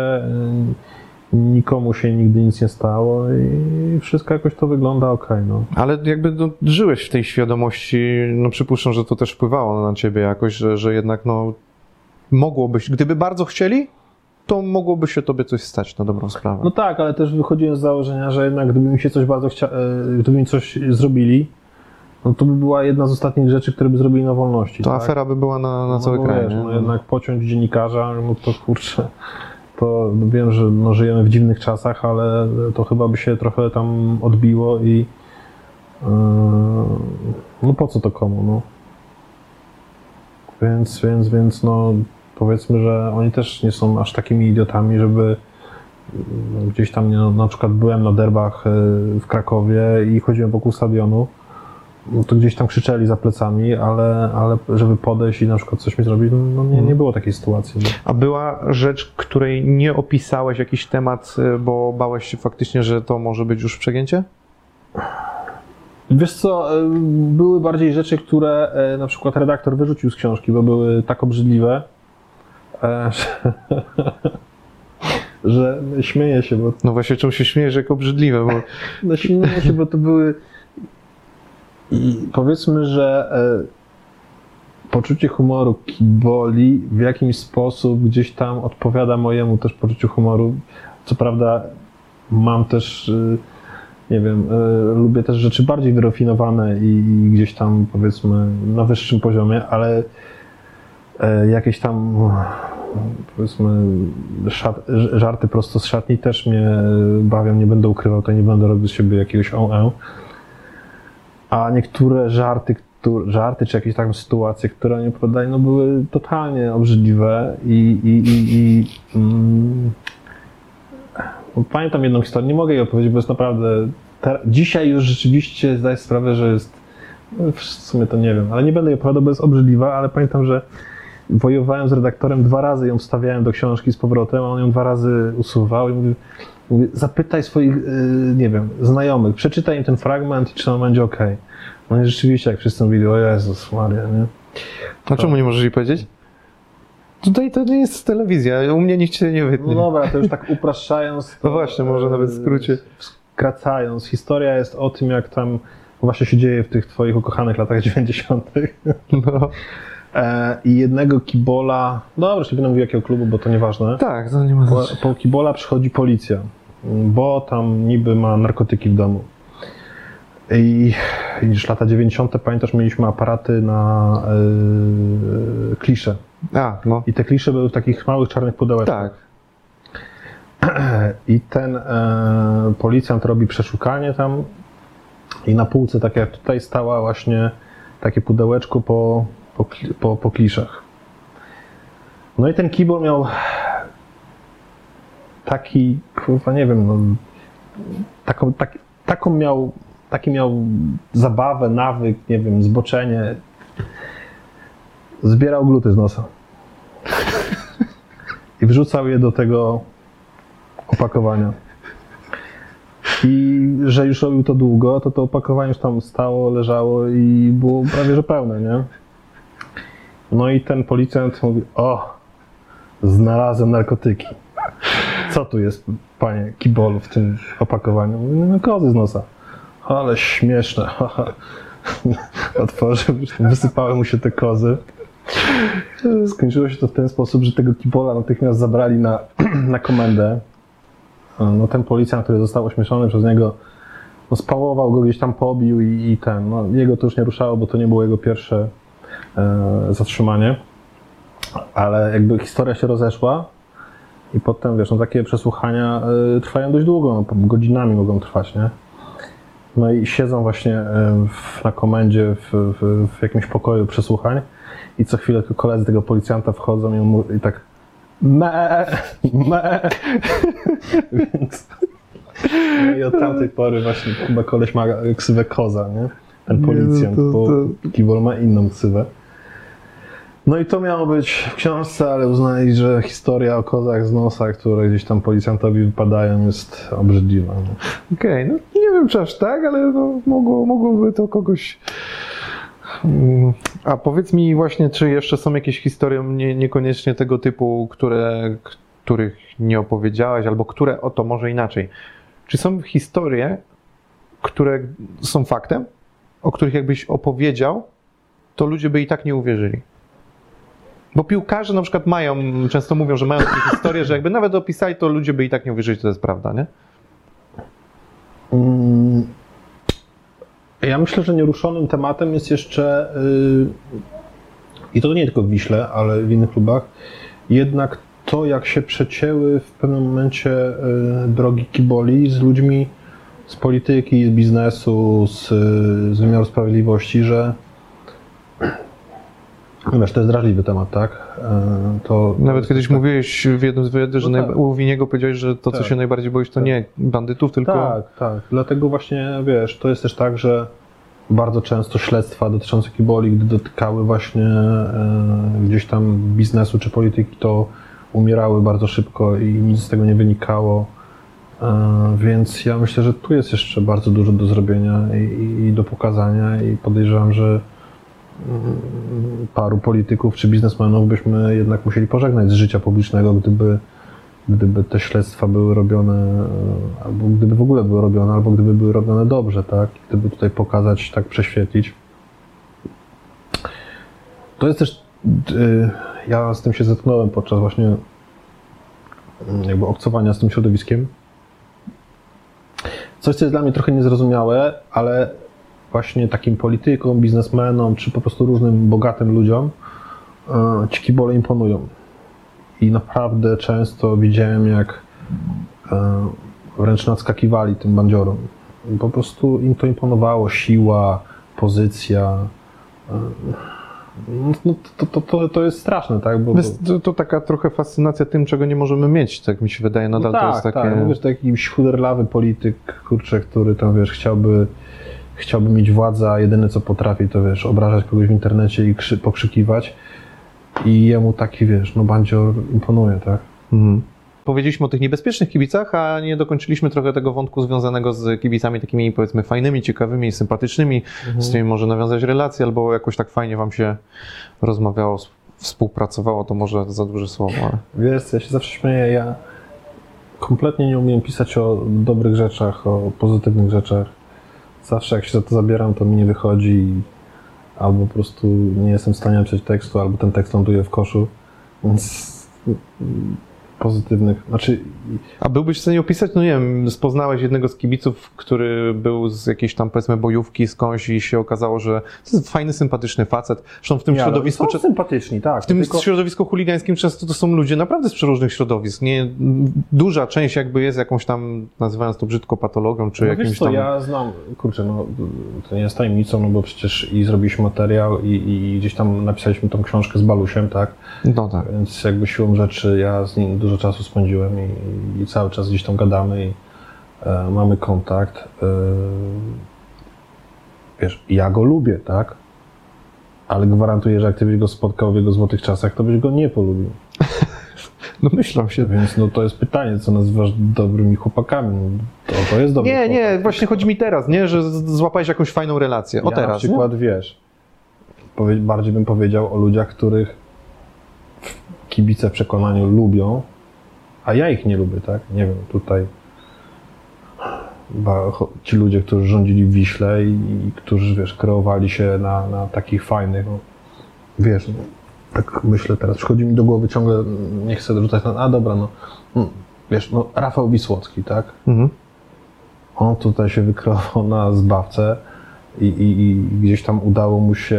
nikomu się nigdy nic nie stało i wszystko jakoś to wygląda okej, no. Ale jakby no, żyłeś w tej świadomości, no przypuszczam, że to też wpływało na ciebie jakoś, że jednak no mogłobyś, gdyby bardzo chcieli, to mogłoby się tobie coś stać na dobrą sprawę. No tak, ale też wychodziłem z założenia, że jednak gdyby mi się coś bardzo gdyby mi coś zrobili, no to by była jedna z ostatnich rzeczy, które by zrobili na wolności. To tak? afera by była na cały no, kraj, wiesz, nie? no jednak pociąć dziennikarza, no to kurczę, to wiem, że no, żyjemy w dziwnych czasach, ale to chyba by się trochę tam odbiło i no po co to komu, no. Więc no powiedzmy, że oni też nie są aż takimi idiotami, żeby gdzieś tam, no, na przykład byłem na derbach w Krakowie i chodziłem wokół stadionu, no to gdzieś tam krzyczeli za plecami, ale żeby podejść i na przykład coś mi zrobić, no nie było takiej sytuacji. No. A była rzecz, której nie opisałeś, jakiś temat, bo bałeś się faktycznie, że to może być już przegięcie? Wiesz co, były bardziej rzeczy, które na przykład redaktor wyrzucił z książki, bo były tak obrzydliwe, że śmieję się, bo... No właśnie, czemu się śmiejesz, jak obrzydliwe, bo... No śmieję się, bo to były... I powiedzmy, że poczucie humoru kiboli w jakimś sposób gdzieś tam odpowiada mojemu też poczuciu humoru. Co prawda mam też, nie wiem, lubię też rzeczy bardziej wyrafinowane i gdzieś tam powiedzmy na wyższym poziomie, ale jakieś tam powiedzmy żarty prosto z szatni też mnie bawią, nie będę ukrywał, to nie będę robił z siebie jakiegoś a niektóre żarty czy jakieś tam sytuacje, które oni opowiadali, no były totalnie obrzydliwe pamiętam jedną historię, nie mogę jej opowiedzieć, bo jest naprawdę dzisiaj już rzeczywiście zdaję sprawę, że jest W sumie to nie wiem, ale nie będę jej opowiadał, bo jest obrzydliwa, ale pamiętam, że wojowałem z redaktorem 2 razy, ją wstawiałem do książki z powrotem, a on ją 2 razy usuwał i mówię, zapytaj swoich, nie wiem, znajomych, przeczytaj im ten fragment i czy on będzie okej. No i rzeczywiście, jak wszyscy mówili, o Jezus Maria, nie? A czemu nie możesz jej powiedzieć? Tutaj to nie jest telewizja, u mnie nikt się nie wytnie. No dobra, to już tak upraszczając. No właśnie, może nawet w skrócie. Skracając, historia jest o tym, jak tam właśnie się dzieje w tych twoich ukochanych latach 90. No. I jednego kibola, dobra, już nie będę mówił jakiego klubu, bo to nieważne. Tak, to nie ma znaczenia. Po kibola przychodzi policja, bo tam niby ma narkotyki w domu. I widzisz, lata 90. pamiętasz, mieliśmy aparaty na klisze. A, no. I te klisze były w takich małych czarnych pudełeczkach. Tak. I ten policjant robi przeszukanie tam i na półce, tak jak tutaj, stała właśnie takie pudełeczko po kliszach. No i ten kibol miał taki, kurwa, nie wiem, no, taki miał zabawę, nawyk, nie wiem, zboczenie. Zbierał gluty z nosa. I wrzucał je do tego opakowania. I że już robił to długo, to opakowanie już tam stało, leżało i było prawie że pełne, nie? No i ten policjant mówi, o, znalazłem narkotyki. Co tu jest, panie kibolu, w tym opakowaniu? Mówi, no kozy z nosa. Ale śmieszne. Otworzył, wysypały mu się te kozy. Skończyło się to w ten sposób, że tego kibola natychmiast zabrali na komendę. No ten policjant, który został ośmieszony przez niego, no spałował go, gdzieś tam pobił i ten, no jego to już nie ruszało, bo to nie było jego pierwsze zatrzymanie. Ale jakby historia się rozeszła i potem, wiesz, no takie przesłuchania trwają dość długo, no, godzinami mogą trwać, nie? No i siedzą właśnie na komendzie w jakimś pokoju przesłuchań i co chwilę koledzy tego policjanta wchodzą i tak Więc no i od tamtej pory właśnie chyba koleś ma ksywę koza, nie? Ten policjant, bo kibol ma inną ksywę. No i to miało być w książce, ale uznali, że historia o kozach z nosa, które gdzieś tam policjantowi wypadają, jest obrzydliwa. Okej, no nie wiem czy aż tak, ale no, mogłoby to kogoś... A powiedz mi właśnie, czy jeszcze są jakieś historie niekoniecznie tego typu, których nie opowiedziałaś, albo które, o to może inaczej. Czy są historie, które są faktem, o których jakbyś opowiedział, to ludzie by i tak nie uwierzyli? Bo piłkarze na przykład często mówią, że mają takie historie, że jakby nawet opisali, to ludzie by i tak nie uwierzyli, że to jest prawda, nie? Ja myślę, że nieruszonym tematem jest jeszcze, i to nie tylko w Wiśle, ale w innych klubach, jednak to, jak się przecięły w pewnym momencie drogi kiboli z ludźmi z polityki, z biznesu, z wymiaru sprawiedliwości, że wiesz, to jest drażliwy temat, tak? Nawet kiedyś mówiłeś w jednym z wywiadów, że tak. u Winiego powiedziałeś, że to, co się najbardziej boisz, to nie bandytów, tylko... Tak. Dlatego właśnie, wiesz, to jest też tak, że bardzo często śledztwa dotyczące kiboli, gdy dotykały właśnie gdzieś tam biznesu czy polityki, to umierały bardzo szybko i nic z tego nie wynikało. Więc ja myślę, że tu jest jeszcze bardzo dużo do zrobienia i do pokazania i podejrzewam, że paru polityków czy biznesmenów byśmy jednak musieli pożegnać z życia publicznego, gdyby te śledztwa były robione, albo gdyby w ogóle były robione, albo gdyby były robione dobrze, tak? Gdyby tutaj pokazać, tak prześwietlić. To jest też, ja z tym się zetknąłem podczas właśnie jakby obcowania z tym środowiskiem. Coś, co jest dla mnie trochę niezrozumiałe, ale właśnie takim politykom, biznesmenom, czy po prostu różnym bogatym ludziom ci kibole imponują. I naprawdę często widziałem, jak wręcz nadskakiwali tym bandziorom. Po prostu im to imponowało, siła, pozycja. No, to jest straszne, tak? To taka trochę fascynacja tym, czego nie możemy mieć, tak mi się wydaje, nadal no tak, to jest takie... Tak, mówisz, to jakiś chuderlawy polityk, kurczę, który tam, wiesz, chciałby chciałby mieć władzę, a jedyne co potrafi to, wiesz, obrażać kogoś w internecie i pokrzykiwać i jemu taki, wiesz, no bandzior imponuje, tak? Mhm. Powiedzieliśmy o tych niebezpiecznych kibicach, a nie dokończyliśmy trochę tego wątku związanego z kibicami takimi, powiedzmy, fajnymi, ciekawymi, sympatycznymi, z którymi może nawiązać relacje, albo jakoś tak fajnie wam się rozmawiało, współpracowało, to może za duże słowo, ale... Wiesz, ja się zawsze śmieję, ja kompletnie nie umiem pisać o dobrych rzeczach, o pozytywnych rzeczach. Zawsze jak się za to zabieram, to mi nie wychodzi albo po prostu nie jestem w stanie napisać tekstu, albo ten tekst ląduje w koszu, więc pozytywnych, znaczy... A byłbyś w stanie opisać, no nie wiem, poznałeś jednego z kibiców, który był z jakiejś tam, powiedzmy, bojówki skądś i się okazało, że to jest fajny, sympatyczny facet. Zresztą w tym środowisku... Są sympatyczni, tak. W tym środowisku chuligańskim często to są ludzie naprawdę z przeróżnych środowisk. Nie, duża część jakby jest jakąś tam, nazywając to brzydko, patologią, czy jakimś wiesz co, tam... ja znam, kurczę, no to nie jest tajemnicą, no bo przecież i zrobiliśmy materiał i gdzieś tam napisaliśmy tą książkę z Balusiem, tak? No tak. Więc jakby siłą rzeczy ja z nim dużo czasu spędziłem i cały czas gdzieś tam gadamy i mamy kontakt. Wiesz, ja go lubię, tak? Ale gwarantuję, że jak ty byś go spotkał w jego złotych czasach, to byś go nie polubił. No myślę się. Więc no to jest pytanie, co nazywasz dobrymi chłopakami. To jest dobry chłopak. Nie, właśnie chodzi mi teraz, nie? Że złapałeś jakąś fajną relację. O ja teraz, na przykład, nie? wiesz, bardziej bym powiedział o ludziach, których kibice w przekonaniu lubią, a ja ich nie lubię, tak? Nie wiem, tutaj ci ludzie, którzy rządzili w Wiśle i którzy, wiesz, kreowali się na takich fajnych, no, wiesz, no, tak myślę teraz, przychodzi mi do głowy ciągle, nie chcę rzucać dobra, no, wiesz, no, Rafał Wisłocki, tak? Mhm. On tutaj się wykreował na zbawcę i gdzieś tam udało mu się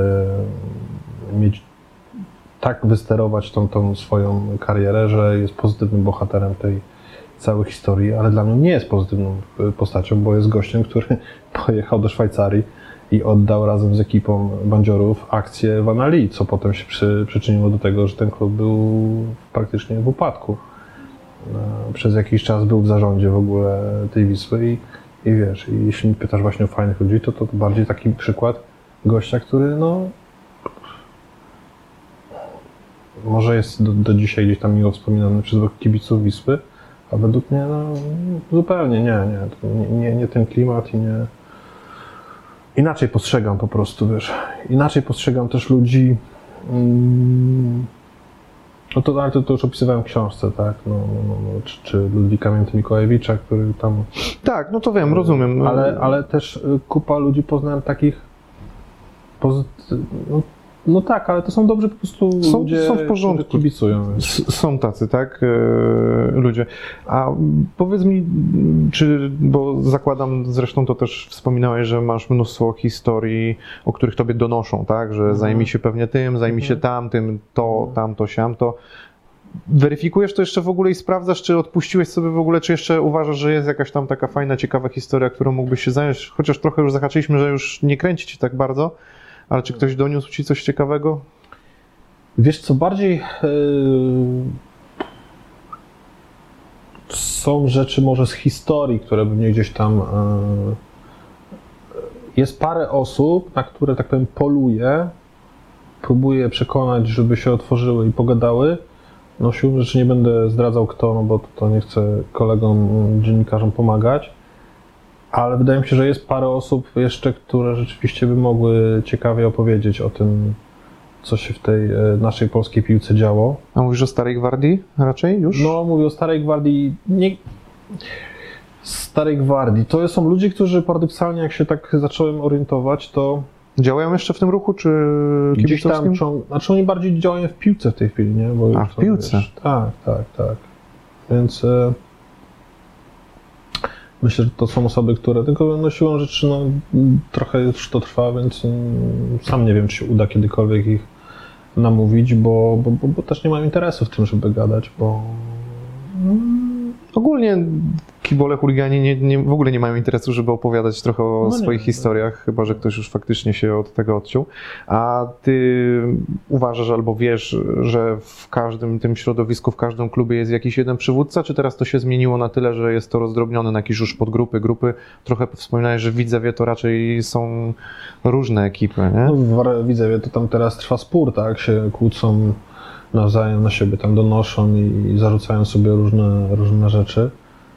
mieć tak wysterować tą swoją karierę, że jest pozytywnym bohaterem tej całej historii, ale dla mnie nie jest pozytywną postacią, bo jest gościem, który pojechał do Szwajcarii i oddał razem z ekipą bandziorów akcję w Anali, co potem się przyczyniło do tego, że ten klub był praktycznie w upadku. Przez jakiś czas był w zarządzie w ogóle tej Wisły i wiesz, i jeśli pytasz właśnie o fajnych ludzi, to bardziej taki przykład gościa, który no może jest do dzisiaj gdzieś tam miło wspominany przez kibiców Wisły, a według mnie no zupełnie nie ten klimat i nie... Inaczej postrzegam po prostu, wiesz, inaczej postrzegam też ludzi, no to już opisywałem w książce, tak, czy Ludwika Mięty-Mikołajewicza, który tam... Tak, no to wiem, rozumiem. Ale też kupa ludzi poznałem takich, no tak, ale to są dobrzy po prostu ludzie, są w porządku. którzy kibicują. Są tacy, tak, ludzie. A powiedz mi, bo zakładam, zresztą to też wspominałeś, że masz mnóstwo historii, o których tobie donoszą, tak, że zajmij się pewnie tym, zajmij się tamtym, tamto, siamto. Weryfikujesz to jeszcze w ogóle i sprawdzasz, czy odpuściłeś sobie w ogóle, czy jeszcze uważasz, że jest jakaś tam taka fajna, ciekawa historia, którą mógłbyś się zająć, chociaż trochę już zahaczyliśmy, że już nie kręci cię tak bardzo. Ale czy ktoś doniósł ci coś ciekawego? Wiesz co, bardziej są rzeczy może z historii, które by mnie gdzieś tam... Jest parę osób, na które, tak powiem, poluję, próbuję przekonać, żeby się otworzyły i pogadały. No siłą rzeczy nie będę zdradzał kto, no bo to nie chcę kolegom, dziennikarzom pomagać. Ale wydaje mi się, że jest parę osób jeszcze, które rzeczywiście by mogły ciekawie opowiedzieć o tym, co się w tej naszej polskiej piłce działo. A mówisz o Starej Gwardii raczej już? No, mówię o Starej Gwardii. Starej Gwardii. To są ludzie, którzy paradoksalnie, jak się tak zacząłem orientować, to... Działają jeszcze w tym ruchu, czy kibicowskim? Gdzieś tam, znaczy oni bardziej działają w piłce w tej chwili, nie? Bo w piłce? Wiesz, tak. Więc... Myślę, że to są osoby, które tylko no, siłą rzeczy no, trochę już to trwa, więc sam nie wiem, czy się uda kiedykolwiek ich namówić, bo też nie mam interesu w tym, żeby gadać, bo... Ogólnie kibole chuligani w ogóle nie mają interesu, żeby opowiadać trochę o swoich historiach, chyba że ktoś już faktycznie się od tego odciął. A ty uważasz albo wiesz, że w każdym tym środowisku, w każdym klubie jest jakiś jeden przywódca, czy teraz to się zmieniło na tyle, że jest to rozdrobnione na jakieś już podgrupy, grupy? Trochę wspominałeś, że w Widzewie to raczej są różne ekipy, nie? No, w Widzewie to tam teraz trwa spór, tak? Się kłócą nawzajem na siebie, tam donoszą i zarzucają sobie różne rzeczy.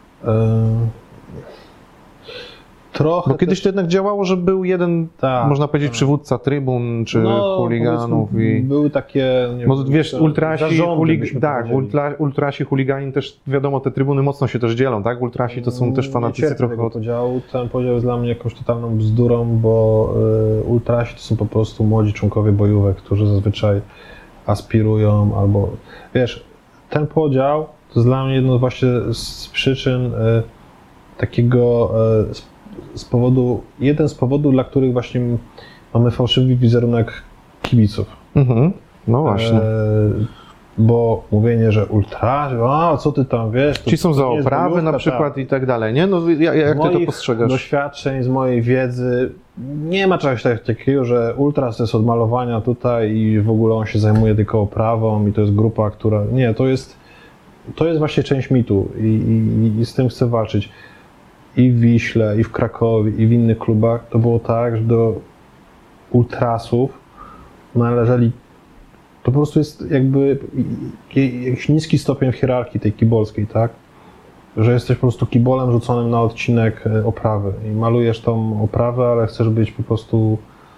Trochę bo kiedyś to jednak działało, że był jeden, można powiedzieć, przywódca trybun czy chuliganów. I były takie, nie bo wiem, wiesz, ultrasi, chuligani też, wiadomo, te trybuny mocno się też dzielą, tak? Ultrasi to są też fanatycy trochę od podziału. Ten podział jest dla mnie jakąś totalną bzdurą, bo ultrasi to są po prostu młodzi członkowie bojówek, którzy zazwyczaj aspirują albo, wiesz, ten podział to jest dla mnie jedno właśnie z przyczyn takiego, jeden z powodów, dla których właśnie mamy fałszywy wizerunek kibiców. No właśnie. Bo mówienie, że ultra, a co ty tam wiesz? Ci są za oprawy na przykład i tak dalej, nie? No jak ty to postrzegasz? Z doświadczeń, z mojej wiedzy, nie ma czegoś takiego, że ultras to jest od malowania tutaj i w ogóle on się zajmuje tylko oprawą i to jest grupa, która... Nie, to jest właśnie część mitu i z tym chcę walczyć. I w Wiśle, i w Krakowie, i w innych klubach to było tak, że do ultrasów należeli. To po prostu jest jakby jakiś niski stopień w hierarchii tej kibolskiej, tak? Że jesteś po prostu kibolem rzuconym na odcinek oprawy i malujesz tą oprawę, ale chcesz być po prostu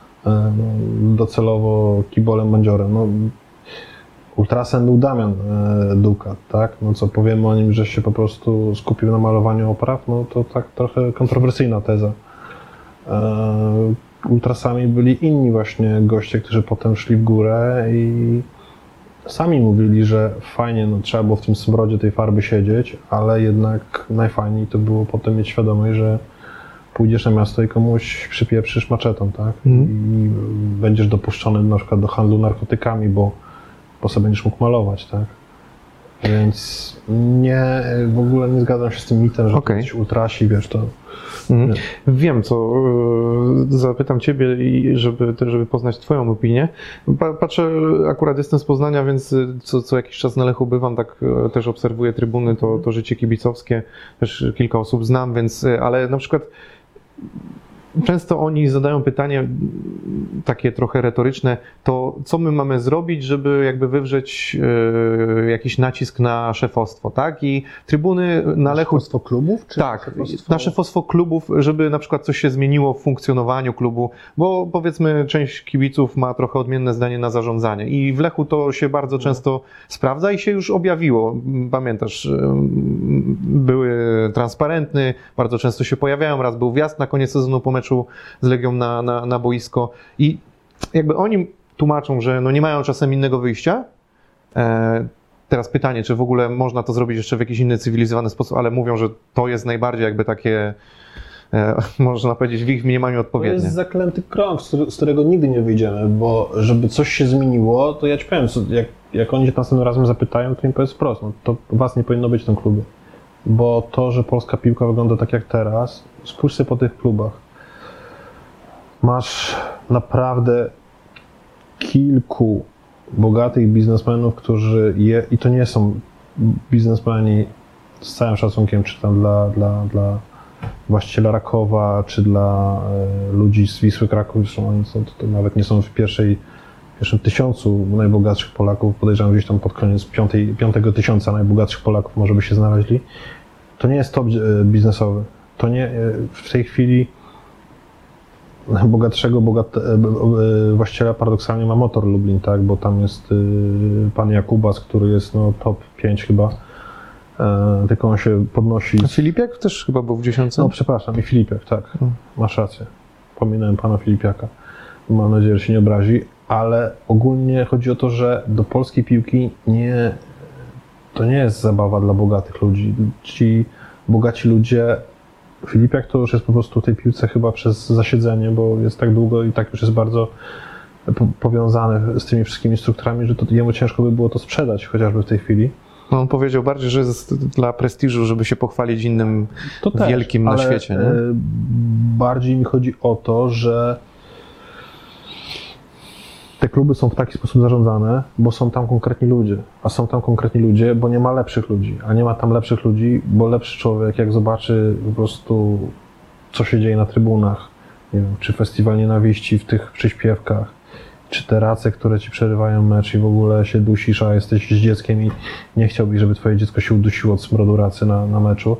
docelowo kibolem bandziorem. No, ultrasem był Damian Dukat, tak? No co powiemy o nim, że się po prostu skupił na malowaniu opraw, no to tak trochę kontrowersyjna teza. Ultrasami byli inni właśnie goście, którzy potem szli w górę i sami mówili, że fajnie, no trzeba było w tym smrodzie tej farby siedzieć, ale jednak najfajniej to było potem mieć świadomość, że pójdziesz na miasto i komuś przypieprzysz maczetą, tak? I będziesz dopuszczony na przykład do handlu narkotykami, bo sobie będziesz mógł malować, tak? Więc w ogóle nie zgadzam się z tym mitem, że kiedyś ultrasi, wiesz, to... Wiem, co zapytam ciebie, żeby poznać twoją opinię. Patrzę, akurat jestem z Poznania, więc co jakiś czas na Lechu bywam, tak też obserwuję trybuny, to życie kibicowskie, też kilka osób znam, więc, ale na przykład często oni zadają pytanie takie trochę retoryczne, to co my mamy zrobić, żeby jakby wywrzeć jakiś nacisk na szefostwo, tak? I trybuny na Lechu... Szefostwo klubów? Czy tak, na szefostwo klubów, żeby na przykład coś się zmieniło w funkcjonowaniu klubu, bo powiedzmy część kibiców ma trochę odmienne zdanie na zarządzanie i w Lechu to się bardzo często sprawdza i się już objawiło. Pamiętasz, były transparenty, bardzo często się pojawiają, raz był wjazd na koniec sezonu po meczu z Legią na boisko i jakby oni tłumaczą, że no nie mają czasem innego wyjścia. Teraz pytanie, czy w ogóle można to zrobić jeszcze w jakiś inny, cywilizowany sposób, ale mówią, że to jest najbardziej jakby takie, można powiedzieć, w ich mniemaniu odpowiednie. To jest zaklęty krąg, z którego nigdy nie wyjdziemy, bo żeby coś się zmieniło, to ja ci powiem, jak oni cię następnym razem zapytają, to im powiedz wprost, no to was nie powinno być w tym klubie. Bo to, że polska piłka wygląda tak jak teraz, spójrz sobie po tych klubach. Masz naprawdę kilku bogatych biznesmenów, którzy i to nie są biznesmeni z całym szacunkiem, czy tam dla właściciela Rakowa, czy dla ludzi z Wisły Kraków, zresztą oni to nawet nie są w pierwszym 1000 najbogatszych Polaków, podejrzewam gdzieś tam pod koniec 5. tysiąca najbogatszych Polaków może by się znaleźli. To nie jest top biznesowy. To nie w tej chwili najbogatszego właściciela paradoksalnie ma Motor Lublin, tak, bo tam jest pan Jakubas, który jest top 5 chyba, tylko on się podnosi. A Filipiak też chyba był w 10? No przepraszam, i Filipiak, tak, masz rację. Pominąłem pana Filipiaka. Mam nadzieję, że się nie obrazi, ale ogólnie chodzi o to, że do polskiej piłki to nie jest zabawa dla bogatych ludzi. Ci bogaci ludzie, Filipiak to już jest po prostu w tej piłce chyba przez zasiedzenie, bo jest tak długo i tak już jest bardzo powiązany z tymi wszystkimi strukturami, że to jemu ciężko by było to sprzedać chociażby w tej chwili. No on powiedział bardziej, że jest dla prestiżu, żeby się pochwalić innym To też, wielkim na świecie. Nie? Bardziej mi chodzi o to, że te kluby są w taki sposób zarządzane, bo są tam konkretni ludzie, a są tam konkretni ludzie, bo nie ma lepszych ludzi, a nie ma tam lepszych ludzi, bo lepszy człowiek, jak zobaczy po prostu, co się dzieje na trybunach, nie wiem, czy festiwal nienawiści w tych przyśpiewkach, czy te race, które ci przerywają mecz i w ogóle się dusisz, a jesteś z dzieckiem i nie chciałbyś, żeby twoje dziecko się udusiło od smrodu racy na meczu.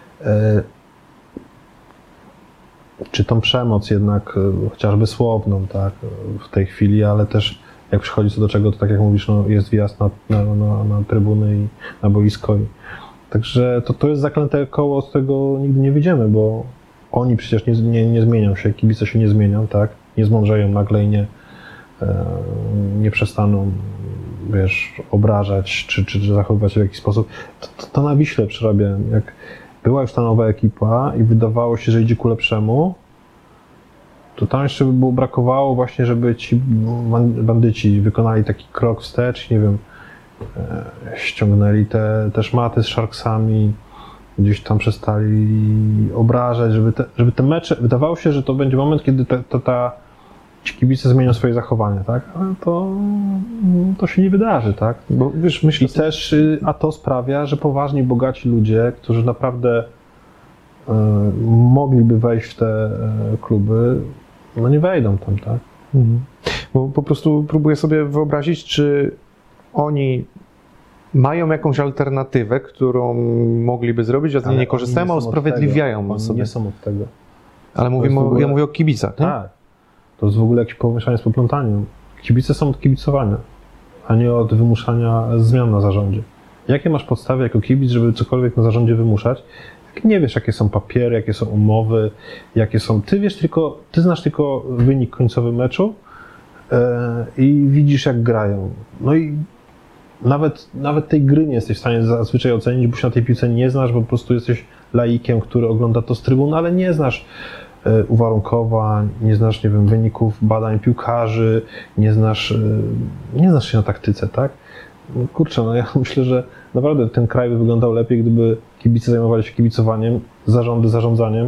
Czy tą przemoc jednak, chociażby słowną, tak, w tej chwili, ale też jak przychodzi co do czego, to tak jak mówisz, no, jest wjazd na trybuny i na boisko. Także to jest zaklęte koło, z tego nigdy nie wyjdziemy, bo oni przecież nie zmienią się, kibice się nie zmienią, tak, nie zmądrzeją nagle i nie przestaną, wiesz, obrażać czy zachowywać się w jakiś sposób. To na Wiśle przerabiałem, jak była już ta nowa ekipa i wydawało się, że idzie ku lepszemu, to tam jeszcze by brakowało właśnie, żeby ci bandyci wykonali taki krok wstecz, nie wiem, ściągnęli te szmaty z Sharksami, gdzieś tam przestali obrażać, żeby te mecze, wydawało się, że to będzie moment, kiedy ci kibice zmienią swoje zachowania, tak? Ale to się nie wydarzy, tak? Bo wiesz, myślę, a to sprawia, że poważni, bogaci ludzie, którzy naprawdę mogliby wejść w te kluby, no nie wejdą tam, tak? Bo po prostu próbuję sobie wyobrazić, czy oni mają jakąś alternatywę, którą mogliby zrobić, a z niej nie korzystają, a usprawiedliwiają sobie. Nie są od tego. Ale ja mówię o kibicach, nie? Tak. To jest w ogóle jakieś pomieszanie z poplątaniem. Kibice są od kibicowania, a nie od wymuszania zmian na zarządzie. Jakie masz podstawy jako kibic, żeby cokolwiek na zarządzie wymuszać? Jak nie wiesz, jakie są papiery, jakie są umowy, jakie są... Ty znasz tylko wynik końcowy meczu i widzisz, jak grają. No i nawet tej gry nie jesteś w stanie zazwyczaj ocenić, bo się na tej piłce nie znasz, bo po prostu jesteś laikiem, który ogląda to z trybun, ale nie znasz uwarunkowań, nie znasz, nie wiem, wyników badań piłkarzy, nie znasz się na taktyce, tak? No kurczę, no ja myślę, że naprawdę ten kraj by wyglądał lepiej, gdyby kibice zajmowali się kibicowaniem, zarządy zarządzaniem,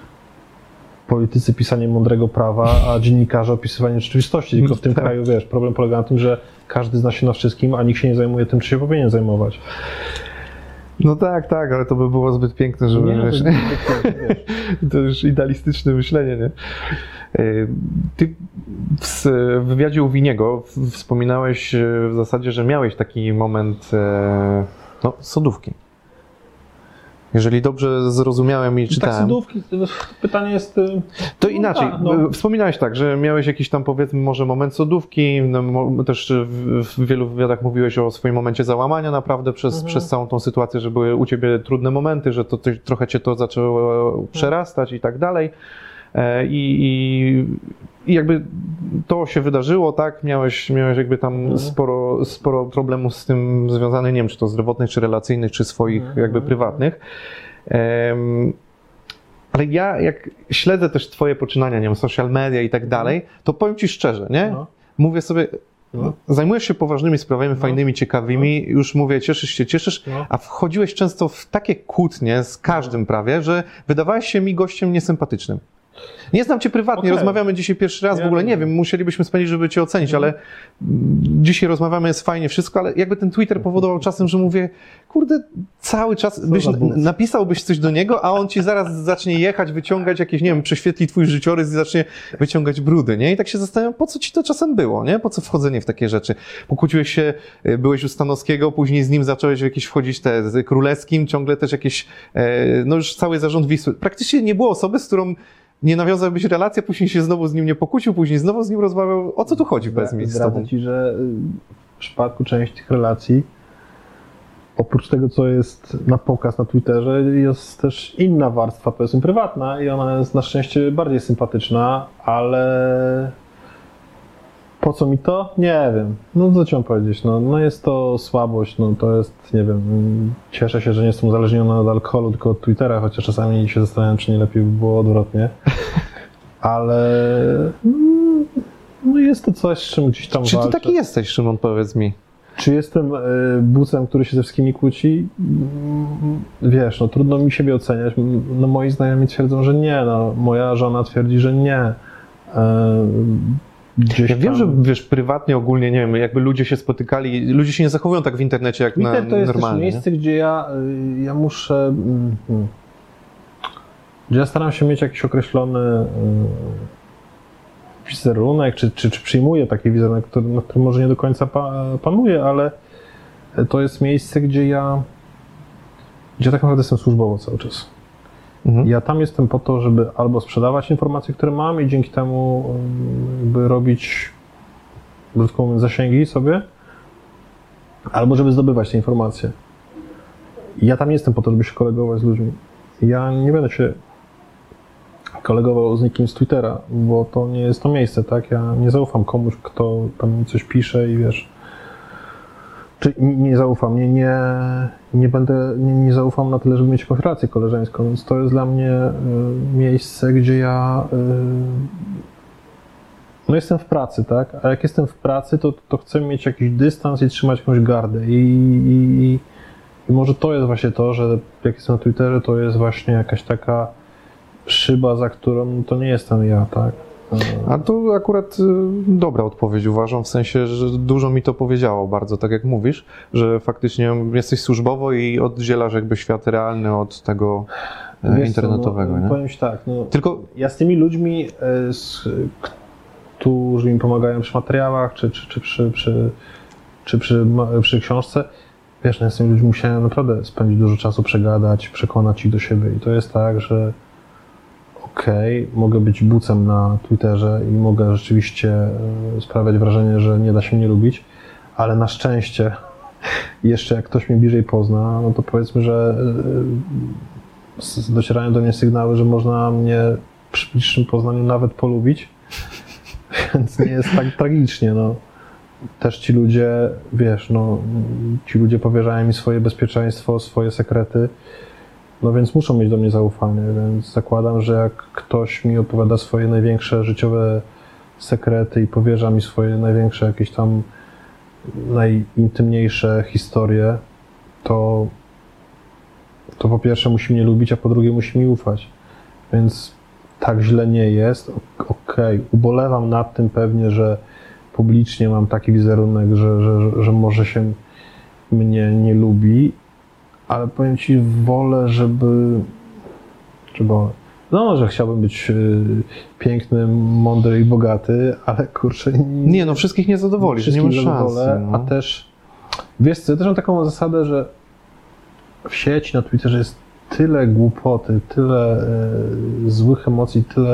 politycy pisaniem mądrego prawa, a dziennikarze opisywaniem rzeczywistości. Tylko w tym kraju, wiesz, problem polega na tym, że każdy zna się na wszystkim, a nikt się nie zajmuje tym, czy się powinien zajmować. No tak, ale to by było zbyt piękne, żeby... Nie, wiesz, to już idealistyczne myślenie, nie? Ty w wywiadzie u Winiego wspominałeś w zasadzie, że miałeś taki moment sodówki. Jeżeli dobrze zrozumiałem i czytałem. Tak, sodówki, pytanie jest... To inaczej, wspominałeś tak, że miałeś jakiś tam, powiedzmy, może moment sodówki, też w wielu wywiadach mówiłeś o swoim momencie załamania naprawdę przez całą tą sytuację, że były u ciebie trudne momenty, że trochę cię to zaczęło przerastać i tak dalej. I jakby to się wydarzyło, tak? Miałeś jakby tam sporo problemów z tym związanych, nie wiem, czy to zdrowotnych, czy relacyjnych, czy swoich jakby prywatnych. Ale ja jak śledzę też twoje poczynania, nie wiem, social media i tak dalej, to powiem ci szczerze, nie? Mówię sobie, zajmujesz się poważnymi sprawami, fajnymi, ciekawymi, już mówię, cieszysz, a wchodziłeś często w takie kłótnie z każdym prawie, że wydawałeś się mi gościem niesympatycznym. Nie znam cię prywatnie, rozmawiamy dzisiaj pierwszy raz, w ogóle nie wiem, musielibyśmy spędzić, żeby cię ocenić, ale dzisiaj rozmawiamy, jest fajnie wszystko, ale jakby ten Twitter powodował czasem, że mówię, kurde, cały czas napisałbyś coś do niego, a on ci zaraz zacznie jechać, wyciągać jakieś, nie wiem, prześwietli twój życiorys i zacznie wyciągać brudy, nie? I tak się zastanawiam, po co ci to czasem było, nie? Po co wchodzenie w takie rzeczy? Pokłóciłeś się, byłeś u Stanowskiego, później z nim zacząłeś w jakieś wchodzić z Królewskim, ciągle też jakieś, już cały zarząd Wisły. Praktycznie nie było osoby, z którą nie nawiązałbyś relacji, później się znowu z nim nie pokłócił, później znowu z nim rozmawiał. O co tu chodzi bez mnie? Zdradzę ci, że w przypadku części tych relacji, oprócz tego, co jest na pokaz na Twitterze, jest też inna warstwa, powiedzmy, prywatna i ona jest na szczęście bardziej sympatyczna, ale po co mi to? Nie wiem. No co ci mam powiedzieć? No jest to słabość, to jest, nie wiem, cieszę się, że nie jestem uzależniony od alkoholu, tylko od Twittera, chociaż czasami się zastanawiam, czy nie lepiej by było odwrotnie. Ale jest to coś, z czym gdzieś tam Czy ty walczę. taki jesteś, Szymon, powiedz mi? Czy jestem bucem, który się ze wszystkimi kłóci? Wiesz, no trudno mi siebie oceniać. No moi znajomi twierdzą, że nie. No, moja żona twierdzi, że nie. Ja wiem, że wiesz, prywatnie, ogólnie, nie wiem, jakby ludzie się spotykali, ludzie się nie zachowują tak w internecie jak Twitter to jest normalnie. To jest miejsce, gdzie ja muszę... Gdzie ja staram się mieć jakiś określony wizerunek, czy przyjmuję taki wizerunek, nad którym może nie do końca panuję, ale to jest miejsce, gdzie tak naprawdę jestem służbowo cały czas. Ja tam jestem po to, żeby albo sprzedawać informacje, które mam i dzięki temu jakby robić, brzydko mówiąc, zasięgi sobie, albo żeby zdobywać te informacje. Ja tam jestem po to, żeby się kolegować z ludźmi. Ja nie będę się kolegował z nikim z Twittera, bo to nie jest to miejsce, tak? Ja nie zaufam komuś, kto tam mi coś pisze i wiesz... Czy nie zaufam, nie zaufam na tyle, żeby mieć jakąś relację koleżeńską, więc to jest dla mnie miejsce, gdzie ja no jestem w pracy, tak? A jak jestem w pracy, to chcę mieć jakiś dystans i trzymać jakąś gardę i może to jest właśnie to, że jak jestem na Twitterze, to jest właśnie jakaś taka szyba, za którą to nie jestem ja, tak? A to akurat dobra odpowiedź uważam, w sensie, że dużo mi to powiedziało bardzo, tak jak mówisz, że faktycznie jesteś służbowo i oddzielasz jakby świat realny od tego internetowego, nie? Powiem ci tak, Tylko ja z tymi ludźmi, którzy mi pomagają przy materiałach, czy przy książce, wiesz, ja z tymi ludźmi musiałem naprawdę spędzić dużo czasu, przegadać, przekonać ich do siebie i to jest tak, że mogę być bucem na Twitterze i mogę rzeczywiście sprawiać wrażenie, że nie da się mnie lubić, ale na szczęście jeszcze jak ktoś mnie bliżej pozna, no to powiedzmy, że docierają do mnie sygnały, że można mnie przy bliższym poznaniu nawet polubić, więc nie jest tak tragicznie, no. Też ci ludzie, wiesz, no, ci ludzie powierzają mi swoje bezpieczeństwo, swoje sekrety, no więc muszą mieć do mnie zaufanie, więc zakładam, że jak ktoś mi opowiada swoje największe życiowe sekrety i powierza mi swoje największe jakieś tam najintymniejsze historie, to po pierwsze musi mnie lubić, a po drugie musi mi ufać. Więc tak źle nie jest. Ubolewam nad tym pewnie, że publicznie mam taki wizerunek, że może się mnie nie lubi, ale powiem ci, wolę, że chciałbym być piękny, mądry i bogaty, ale kurczę... Nie, no wszystkich nie zadowolisz, nie masz szans. A też, wiesz co, ja też mam taką zasadę, że w sieci, na Twitterze jest tyle głupoty, tyle złych emocji, tyle...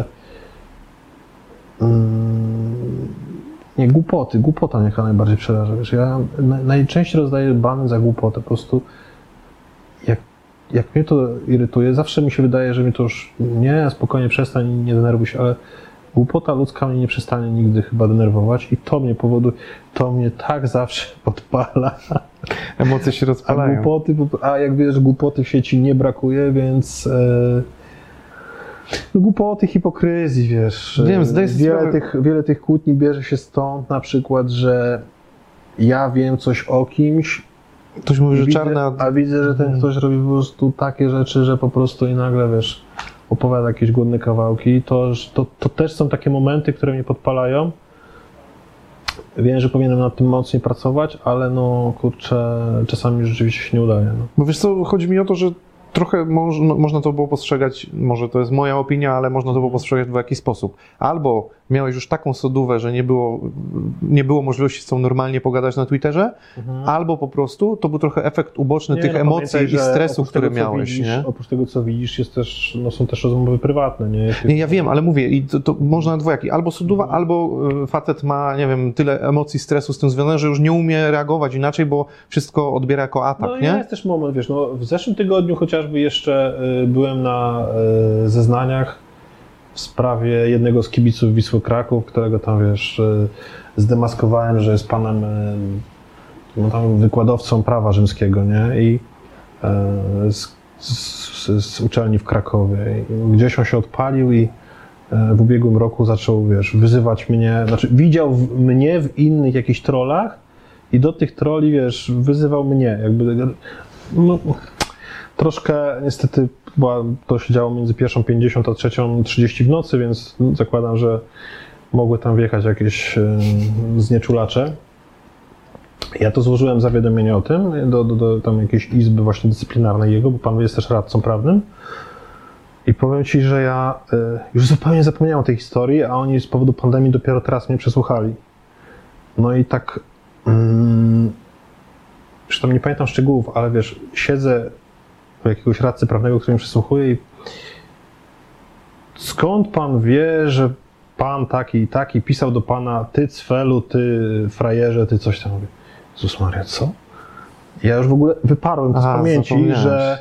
Nie, głupota mnie chyba najbardziej przeraża. Wiesz, ja najczęściej rozdaję bany za głupotę, po prostu jak mnie to irytuje, zawsze mi się wydaje, że mnie to już spokojnie przestań, nie denerwuj się, ale głupota ludzka mnie nie przestanie nigdy chyba denerwować i to mnie tak zawsze podpala. Emocje się rozpalają. A jak wiesz, głupoty w sieci nie brakuje, więc głupoty, hipokryzji, wiesz. Wiem, wiele tych kłótni bierze się stąd, na przykład, że ja wiem coś o kimś, ktoś mówi, że czarna... A widzę, że ten ktoś robi po prostu takie rzeczy, że po prostu i nagle, wiesz, opowiada jakieś głodne kawałki. To też są takie momenty, które mnie podpalają. Wiem, że powinienem nad tym mocniej pracować, ale no kurczę, czasami rzeczywiście się nie udaje. No. Bo wiesz co, chodzi mi o to, że trochę można to było postrzegać, może to jest moja opinia, ale można to było postrzegać w jakiś sposób. Albo miałeś już taką sodówę, że nie było możliwości z tą normalnie pogadać na Twitterze, albo po prostu to był trochę efekt uboczny tych emocji i stresu, które miałeś. Nie? Oprócz tego, co widzisz, jest też, są też rozmowy prywatne. Nie, ja wiem, ale mówię, i to można na dwojaki. Albo sodowa, albo facet ma, nie wiem, tyle emocji, stresu z tym związane, że już nie umie reagować inaczej, bo wszystko odbiera jako atak, nie? Jest też moment, wiesz, w zeszłym tygodniu chociażby jeszcze byłem na zeznaniach w sprawie jednego z kibiców Wisły Kraków, którego tam, wiesz, zdemaskowałem, że jest panem tam wykładowcą prawa rzymskiego, nie? I z uczelni w Krakowie. I gdzieś on się odpalił i w ubiegłym roku zaczął, wiesz, wyzywać mnie, znaczy widział mnie w innych jakichś trollach i do tych troli, wiesz, wyzywał mnie, jakby, no, troszkę niestety, bo to się działo między 1:50 a 3:30 w nocy, więc zakładam, że mogły tam wjechać jakieś znieczulacze. Ja to złożyłem zawiadomienie o tym do tam jakiejś izby właśnie dyscyplinarnej jego, bo pan jest też radcą prawnym. I powiem ci, że ja już zupełnie zapomniałem o tej historii, a oni z powodu pandemii dopiero teraz mnie przesłuchali. No i tak, już tam nie pamiętam szczegółów, ale wiesz, siedzę u jakiegoś radcy prawnego, który mnie przesłuchuje i skąd pan wie, że pan taki i taki pisał do pana, ty cfelu, ty frajerze, ty coś tam. Mówię, Jezus Maria, co? Ja już w ogóle wyparłem to z pamięci, że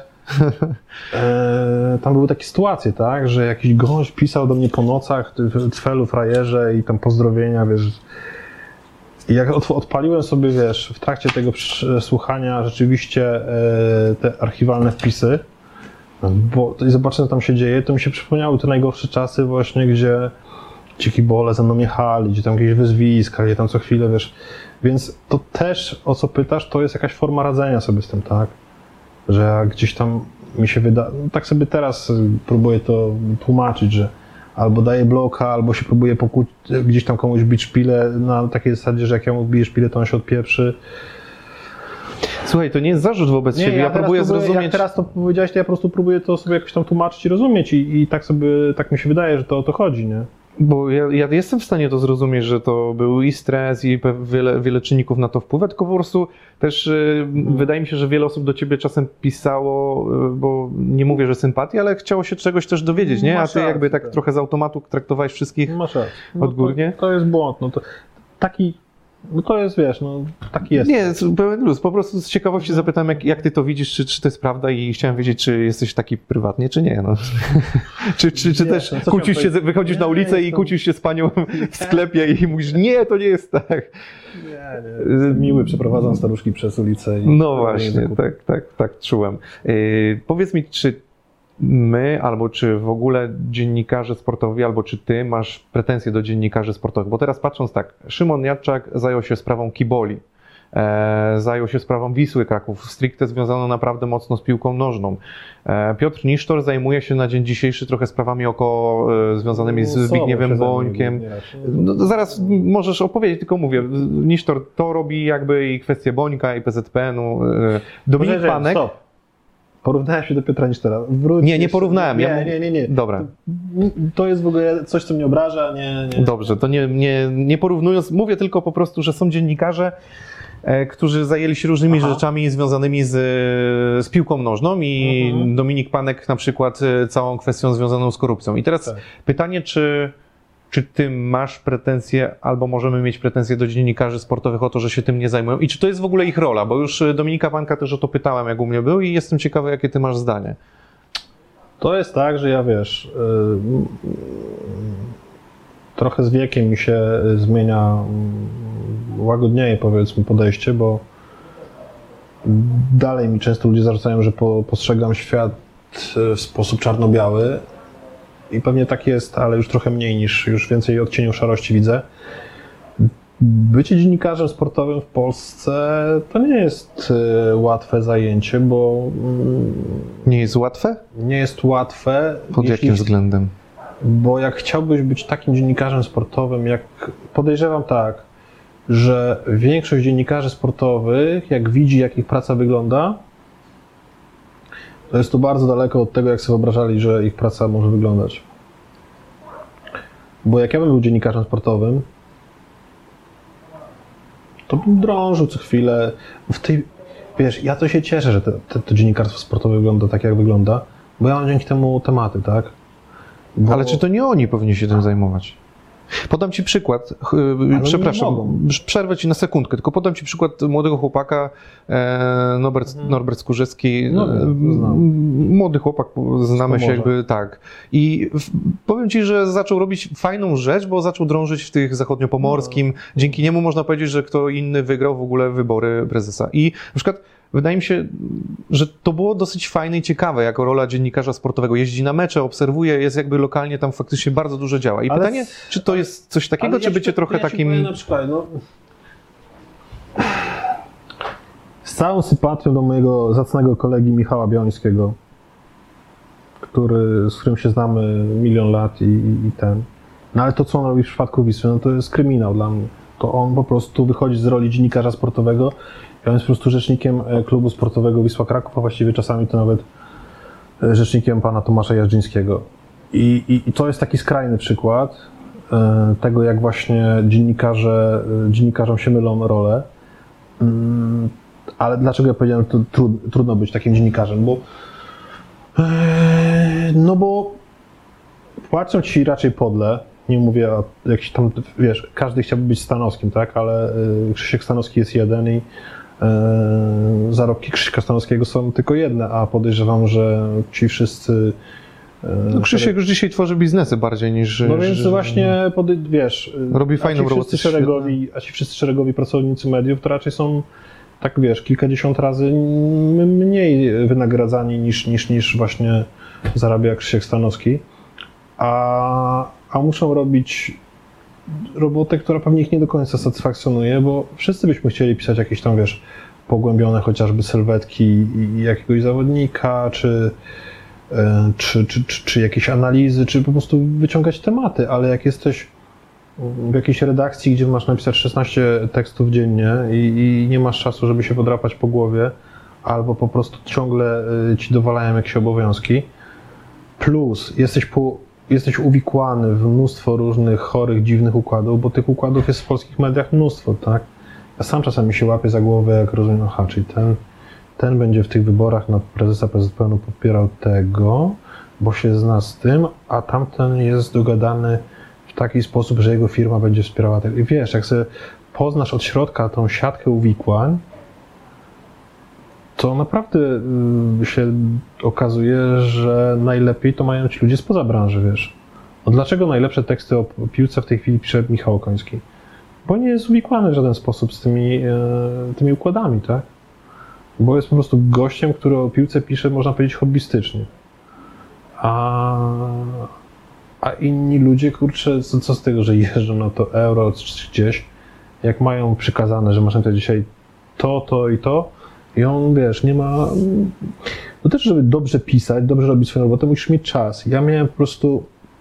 tam były takie sytuacje, tak, że jakiś gość pisał do mnie po nocach, ty cfelu, frajerze i tam pozdrowienia, wiesz. I jak odpaliłem sobie, wiesz, w trakcie tego słuchania rzeczywiście te archiwalne wpisy, bo i zobaczę, co tam się dzieje, to mi się przypomniały te najgorsze czasy właśnie, gdzie ci kibole za mną jechali, gdzie tam jakieś wyzwiska, gdzie tam co chwilę, wiesz. Więc to też, o co pytasz, to jest jakaś forma radzenia sobie z tym, tak? Że ja gdzieś tam mi się wyda... Tak sobie teraz próbuję to tłumaczyć, że albo daję bloka, albo się próbuję gdzieś tam komuś bić szpilę na takiej zasadzie, że jak ja mu biję szpilę, to on się odpieprzy. Słuchaj, to nie jest zarzut wobec ciebie, ja próbuję zrozumieć... Jak teraz to powiedziałeś, to ja po prostu próbuję to sobie jakoś tam tłumaczyć i rozumieć i tak mi się wydaje, że to o to chodzi, nie? Bo ja jestem w stanie to zrozumieć, że to był i stres, i wiele czynników na to wpływa, tylko po prostu też wydaje mi się, że wiele osób do ciebie czasem pisało, bo nie mówię, że sympatii, ale chciało się czegoś też dowiedzieć, nie? A ty jakby tak trochę z automatu traktowałeś wszystkich odgórnie. To jest błąd, no to taki... No to jest, wiesz, no taki jest. Nie, pełen luz. Po prostu z ciekawości zapytałem, jak ty to widzisz, czy to jest prawda i chciałem wiedzieć, czy jesteś taki prywatnie, czy nie. No. czy też kłócisz się, wychodzisz na ulicę i kłócisz się z panią w sklepie i mówisz, nie, to nie jest tak. Nie. Miły, przeprowadzam staruszki przez ulicę. No właśnie, tak czułem. Powiedz mi, czy my, albo czy w ogóle dziennikarze sportowi, albo czy ty masz pretensje do dziennikarzy sportowych? Bo teraz patrząc tak, Szymon Jadczak zajął się sprawą kiboli, zajął się sprawą Wisły Kraków, stricte związaną naprawdę mocno z piłką nożną. Piotr Nisztor zajmuje się na dzień dzisiejszy trochę sprawami związanymi z Zbigniewem Bońkiem. No, zaraz możesz opowiedzieć, tylko mówię, Nisztor to robi jakby i kwestie Bońka i PZPN-u. Dominik Panek... Stop. Porównałem się do Piotra Nisztora. Nie porównałem. Nie. Dobra. To jest w ogóle coś, co mnie obraża. Nie. Dobrze, to nie porównując, mówię tylko po prostu, że są dziennikarze, którzy zajęli się różnymi rzeczami związanymi z piłką nożną i Dominik Panek na przykład całą kwestią związaną z korupcją. I teraz pytanie, czy ty masz pretensje, albo możemy mieć pretensje do dziennikarzy sportowych o to, że się tym nie zajmują i czy to jest w ogóle ich rola, bo już Dominika Panka też o to pytałem, jak u mnie był i jestem ciekawy, jakie ty masz zdanie. To jest tak, że ja wiesz, trochę z wiekiem mi się zmienia, łagodnieje powiedzmy podejście, bo dalej mi często ludzie zarzucają, że postrzegam świat w sposób czarno-biały. I pewnie tak jest, ale już trochę mniej już więcej odcieniu szarości widzę. Bycie dziennikarzem sportowym w Polsce to nie jest łatwe zajęcie, bo... Nie jest łatwe? Nie jest łatwe. Pod jakim względem? Bo jak chciałbyś być takim dziennikarzem sportowym, podejrzewam tak, że większość dziennikarzy sportowych, jak widzi, jak ich praca wygląda, to jest to bardzo daleko od tego, jak sobie wyobrażali, że ich praca może wyglądać. Bo jak ja bym był dziennikarzem sportowym, to bym drążył co chwilę. Wiesz, ja to się cieszę, że to dziennikarstwo sportowe wygląda tak, jak wygląda, bo ja mam dzięki temu tematy, tak? Ale czy to nie oni powinni się tym zajmować? Podam ci przykład, przepraszam, przerwę ci na sekundkę, tylko podam ci przykład młodego chłopaka, Norbert Skórzewski, młody chłopak, znamy się jakby, tak. I powiem ci, że zaczął robić fajną rzecz, bo zaczął drążyć w tych zachodniopomorskim, dzięki niemu można powiedzieć, że kto inny wygrał w ogóle wybory prezesa. I na przykład wydaje mi się, że to było dosyć fajne i ciekawe, jako rola dziennikarza sportowego. Jeździ na mecze, obserwuje, jest jakby lokalnie, tam faktycznie bardzo dużo działa. I pytanie, czy to jest coś takiego, czy bycie trochę takim... Na przykład, całą sympatią do mojego zacnego kolegi Michała Biońskiego, z którym się znamy milion lat i ten. No ale to, co on robi w przypadku Wisły, no to jest kryminał dla mnie. To on po prostu wychodzi z roli dziennikarza sportowego i on jest po prostu rzecznikiem klubu sportowego Wisła Kraków, a właściwie czasami to nawet rzecznikiem pana Tomasza Jarzyńskiego. I to jest taki skrajny przykład tego, jak właśnie dziennikarzom się mylą role. Ale dlaczego ja powiedziałem, że to trudno być takim dziennikarzem? Bo płacą ci raczej podle. Nie mówię o jakiś tam, wiesz, każdy chciałby być Stanowskim, tak? Ale Krzysiek Stanowski jest jeden i zarobki Krzyśka Stanowskiego są tylko jedne, a podejrzewam, że ci wszyscy... No Krzysiek już dzisiaj tworzy biznesy bardziej niż... No więc właśnie, wiesz... Robi fajną robotę. A ci wszyscy szeregowi pracownicy mediów to raczej są, tak wiesz, kilkadziesiąt razy mniej wynagradzani niż właśnie zarabia Krzysiek Stanowski. A muszą robić robotę, która pewnie ich nie do końca satysfakcjonuje, bo wszyscy byśmy chcieli pisać jakieś tam, wiesz, pogłębione chociażby sylwetki jakiegoś zawodnika, czy jakieś analizy, czy po prostu wyciągać tematy, ale jak jesteś w jakiejś redakcji, gdzie masz napisać 16 tekstów dziennie i nie masz czasu, żeby się podrapać po głowie, albo po prostu ciągle ci dowalają jakieś obowiązki, plus jesteś uwikłany w mnóstwo różnych chorych, dziwnych układów, bo tych układów jest w polskich mediach mnóstwo, tak? Ja sam czasami się łapię za głowę, jak rozumiem, aha, czyli ten będzie w tych wyborach na prezesa PZPN-u popierał tego, bo się zna z tym, a tamten jest dogadany w taki sposób, że jego firma będzie wspierała tego. I wiesz, jak sobie poznasz od środka tą siatkę uwikłań, to naprawdę się okazuje, że najlepiej to mają ci ludzie spoza branży, wiesz. No dlaczego najlepsze teksty o piłce w tej chwili pisze Michał Okoński? Bo nie jest uwikłany w żaden sposób z tymi układami, tak? Bo jest po prostu gościem, który o piłce pisze, można powiedzieć, hobbystycznie. A inni ludzie, kurczę, co z tego, że jeżdżą na to euro czy gdzieś, jak mają przykazane, że masz napisać dzisiaj to i to, i on, wiesz, nie ma... No też, żeby dobrze pisać, dobrze robić swoją robotę, musisz mieć czas. Ja miałem po prostu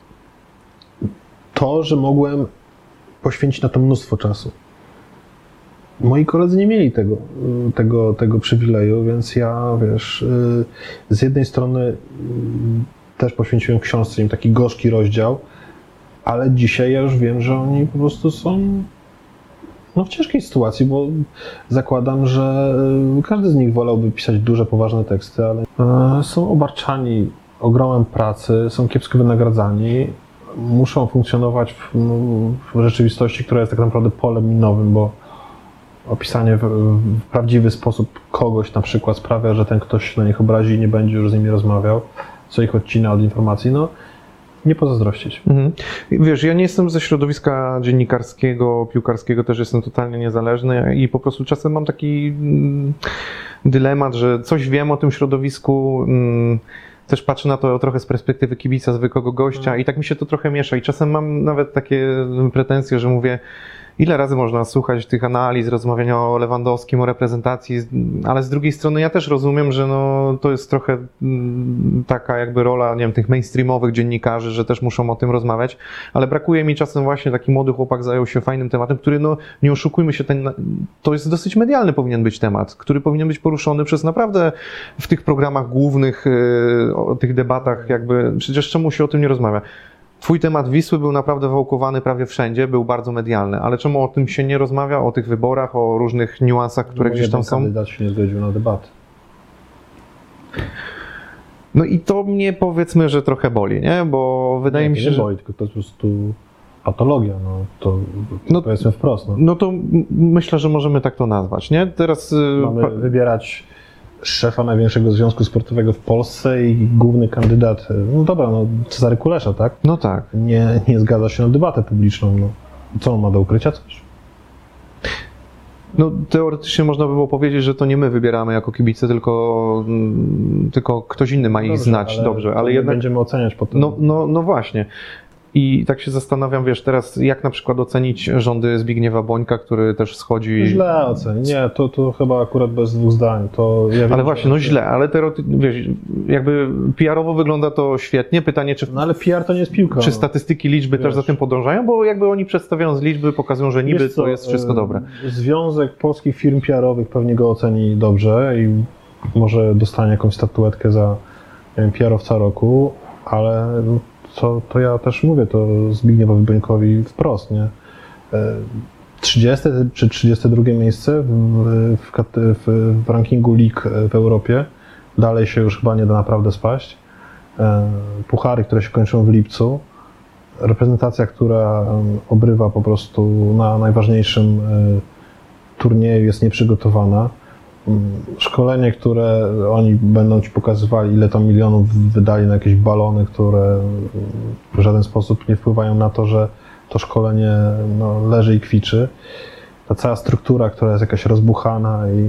to, że mogłem poświęcić na to mnóstwo czasu. Moi koledzy nie mieli tego przywileju, więc ja, wiesz, z jednej strony też poświęciłem książce im taki gorzki rozdział, ale dzisiaj ja już wiem, że oni po prostu są w ciężkiej sytuacji, bo zakładam, że każdy z nich wolałby pisać duże, poważne teksty, ale są obarczani ogromem pracy, są kiepsko wynagradzani, muszą funkcjonować w rzeczywistości, która jest tak naprawdę polem minowym, bo opisanie w prawdziwy sposób kogoś na przykład sprawia, że ten ktoś się na nich obrazi i nie będzie już z nimi rozmawiał, co ich odcina od informacji, no nie pozazdrościć. Mhm. Wiesz, ja nie jestem ze środowiska dziennikarskiego, piłkarskiego, też jestem totalnie niezależny i po prostu czasem mam taki dylemat, że coś wiem o tym środowisku, też patrzę na to trochę z perspektywy kibica, zwykłego gościa i tak mi się to trochę miesza i czasem mam nawet takie pretensje, że mówię, ile razy można słuchać tych analiz, rozmawiania o Lewandowskim, o reprezentacji, ale z drugiej strony ja też rozumiem, że no, to jest trochę taka jakby rola, nie wiem, tych mainstreamowych dziennikarzy, że też muszą o tym rozmawiać, ale brakuje mi czasem właśnie, taki młody chłopak zajął się fajnym tematem, który, no nie oszukujmy się, to jest dosyć medialny powinien być temat, który powinien być poruszony przez naprawdę w tych programach głównych, o tych debatach jakby, przecież czemu się o tym nie rozmawia? Twój temat Wisły był naprawdę wałkowany prawie wszędzie, był bardzo medialny, ale czemu o tym się nie rozmawia, o tych wyborach, o różnych niuansach, które gdzieś tam są? Kandydat się nie zgodził na debatę. No i to mnie, powiedzmy, że trochę boli, nie? Bo wydaje mi się, że... Nie boli, tylko to jest po prostu patologia, no powiedzmy wprost. No to myślę, że możemy tak to nazwać, nie? Teraz... Mamy wybierać szefa największego związku sportowego w Polsce i główny kandydat, no dobra, no Cezary Kulesza, tak? No tak. Nie zgadza się na debatę publiczną, no. Co on ma do ukrycia? Coś? No teoretycznie można by było powiedzieć, że to nie my wybieramy jako kibice, tylko ktoś inny ma ich znać dobrze, ale jednak będziemy oceniać potem. No właśnie. I tak się zastanawiam, wiesz, teraz jak na przykład ocenić rządy Zbigniewa Bońka, który też schodzi... Źle ocen. Nie, to chyba akurat bez dwóch zdań. To ja wiem, ale właśnie, no źle, ale wiesz, jakby PR-owo wygląda to świetnie. Pytanie, czy... No ale PR to nie jest piłka. Czy statystyki, liczby też za tym podążają? Bo jakby oni przedstawiając liczby, pokazują, że niby to jest wszystko dobre. Związek Polskich Firm PR-owych pewnie go oceni dobrze i może dostanie jakąś statuetkę za PR-owca roku, ale to ja też mówię to Zbigniewowi Bońkowi wprost, nie? 30 czy 32 miejsce w rankingu lig w Europie. Dalej się już chyba nie da naprawdę spaść. Puchary, które się kończą w lipcu. Reprezentacja, która obrywa po prostu na najważniejszym turnieju, jest nieprzygotowana. Szkolenie, które oni będą ci pokazywali, ile tam milionów wydali na jakieś balony, które w żaden sposób nie wpływają na to, że to szkolenie leży i kwiczy. Ta cała struktura, która jest jakaś rozbuchana i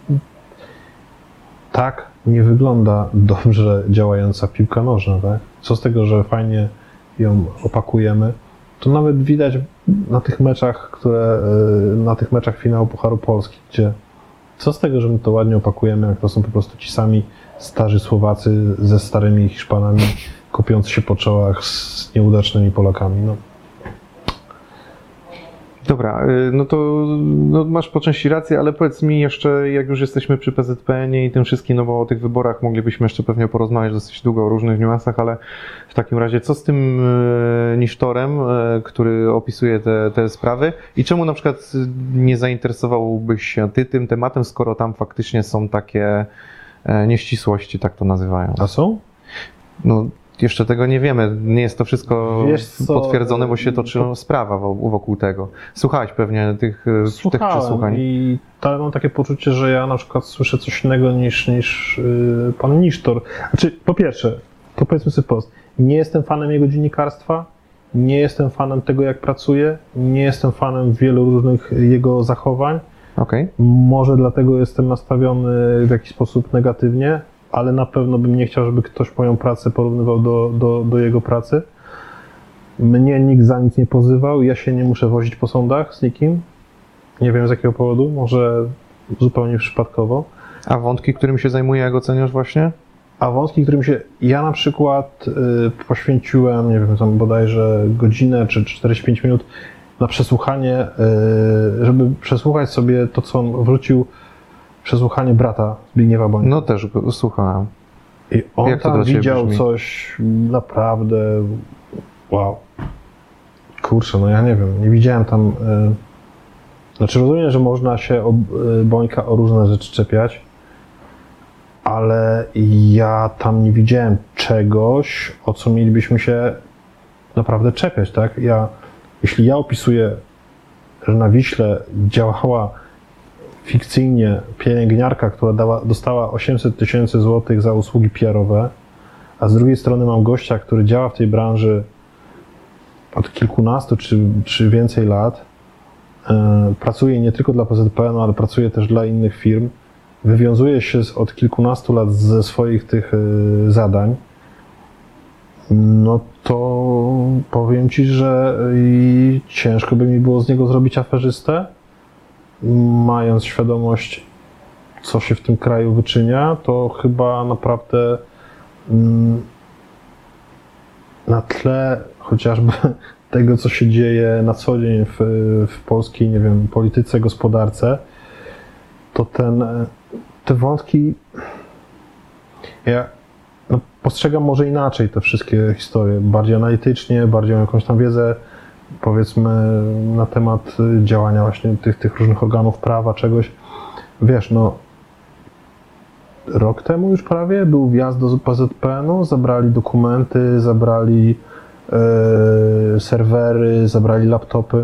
tak nie wygląda dobrze działająca piłka nożna, tak? Co z tego, że fajnie ją opakujemy, to nawet widać na tych meczach, na tych meczach finału Pucharu Polski, gdzie co z tego, że my to ładnie opakujemy, jak to są po prostu ci sami starzy Słowacy ze starymi Hiszpanami, kopiący się po czołach z nieudacznymi Polakami. No. Dobra, no to masz po części rację, ale powiedz mi jeszcze, jak już jesteśmy przy PZPN-ie i tym wszystkim, no bo o tych wyborach moglibyśmy jeszcze pewnie porozmawiać dosyć długo o różnych niuansach, ale w takim razie co z tym Nisztorem, który opisuje te sprawy i czemu na przykład nie zainteresowałbyś się tym tematem, skoro tam faktycznie są takie nieścisłości, tak to nazywają? A są? No, jeszcze tego nie wiemy, nie jest to wszystko potwierdzone, bo się toczy sprawa wokół tego. Słuchałeś pewnie tych przesłuchań. I mam takie poczucie, że ja na przykład słyszę coś innego niż pan Nisztor. Znaczy, po pierwsze, to powiedzmy sobie wprost, nie jestem fanem jego dziennikarstwa, nie jestem fanem tego, jak pracuje, nie jestem fanem wielu różnych jego zachowań. Okay. Może dlatego jestem nastawiony w jakiś sposób negatywnie, ale na pewno bym nie chciał, żeby ktoś moją pracę porównywał do jego pracy. Mnie nikt za nic nie pozywał, ja się nie muszę wozić po sądach z nikim. Nie wiem z jakiego powodu, może zupełnie przypadkowo. A wątki, którym się zajmuje, jak oceniasz właśnie? A wątki, którym się... Ja na przykład poświęciłem, nie wiem, tam bodajże godzinę czy 45 minut na przesłuchanie, żeby przesłuchać sobie to, co on wrócił, przesłuchanie brata Zbigniewa Bońka. No też go słuchałem. I on tam widział coś naprawdę... Wow. Kurczę, no ja nie wiem, nie widziałem tam... Znaczy rozumiem, że można się Bońka o różne rzeczy czepiać, ale ja tam nie widziałem czegoś, o co mielibyśmy się naprawdę czepiać, tak? Jeśli ja opisuję, że na Wiśle działała fikcyjnie pielęgniarka, która dostała 800 000 złotych za usługi PR-owe, a z drugiej strony mam gościa, który działa w tej branży od kilkunastu czy więcej lat, pracuje nie tylko dla PZPN-u, ale pracuje też dla innych firm, wywiązuje się od kilkunastu lat ze swoich tych zadań, no to powiem Ci, że ciężko by mi było z niego zrobić aferzystę, mając świadomość, co się w tym kraju wyczynia, to chyba naprawdę na tle chociażby tego, co się dzieje na co dzień w polskiej, nie wiem, polityce, gospodarce, to te wątki, ja postrzegam może inaczej te wszystkie historie, bardziej analitycznie, bardziej jakąś tam wiedzę, powiedzmy, na temat działania właśnie tych różnych organów prawa, czegoś. Wiesz, no, rok temu już prawie był wjazd do PZPN-u, zabrali dokumenty, zabrali serwery, zabrali laptopy.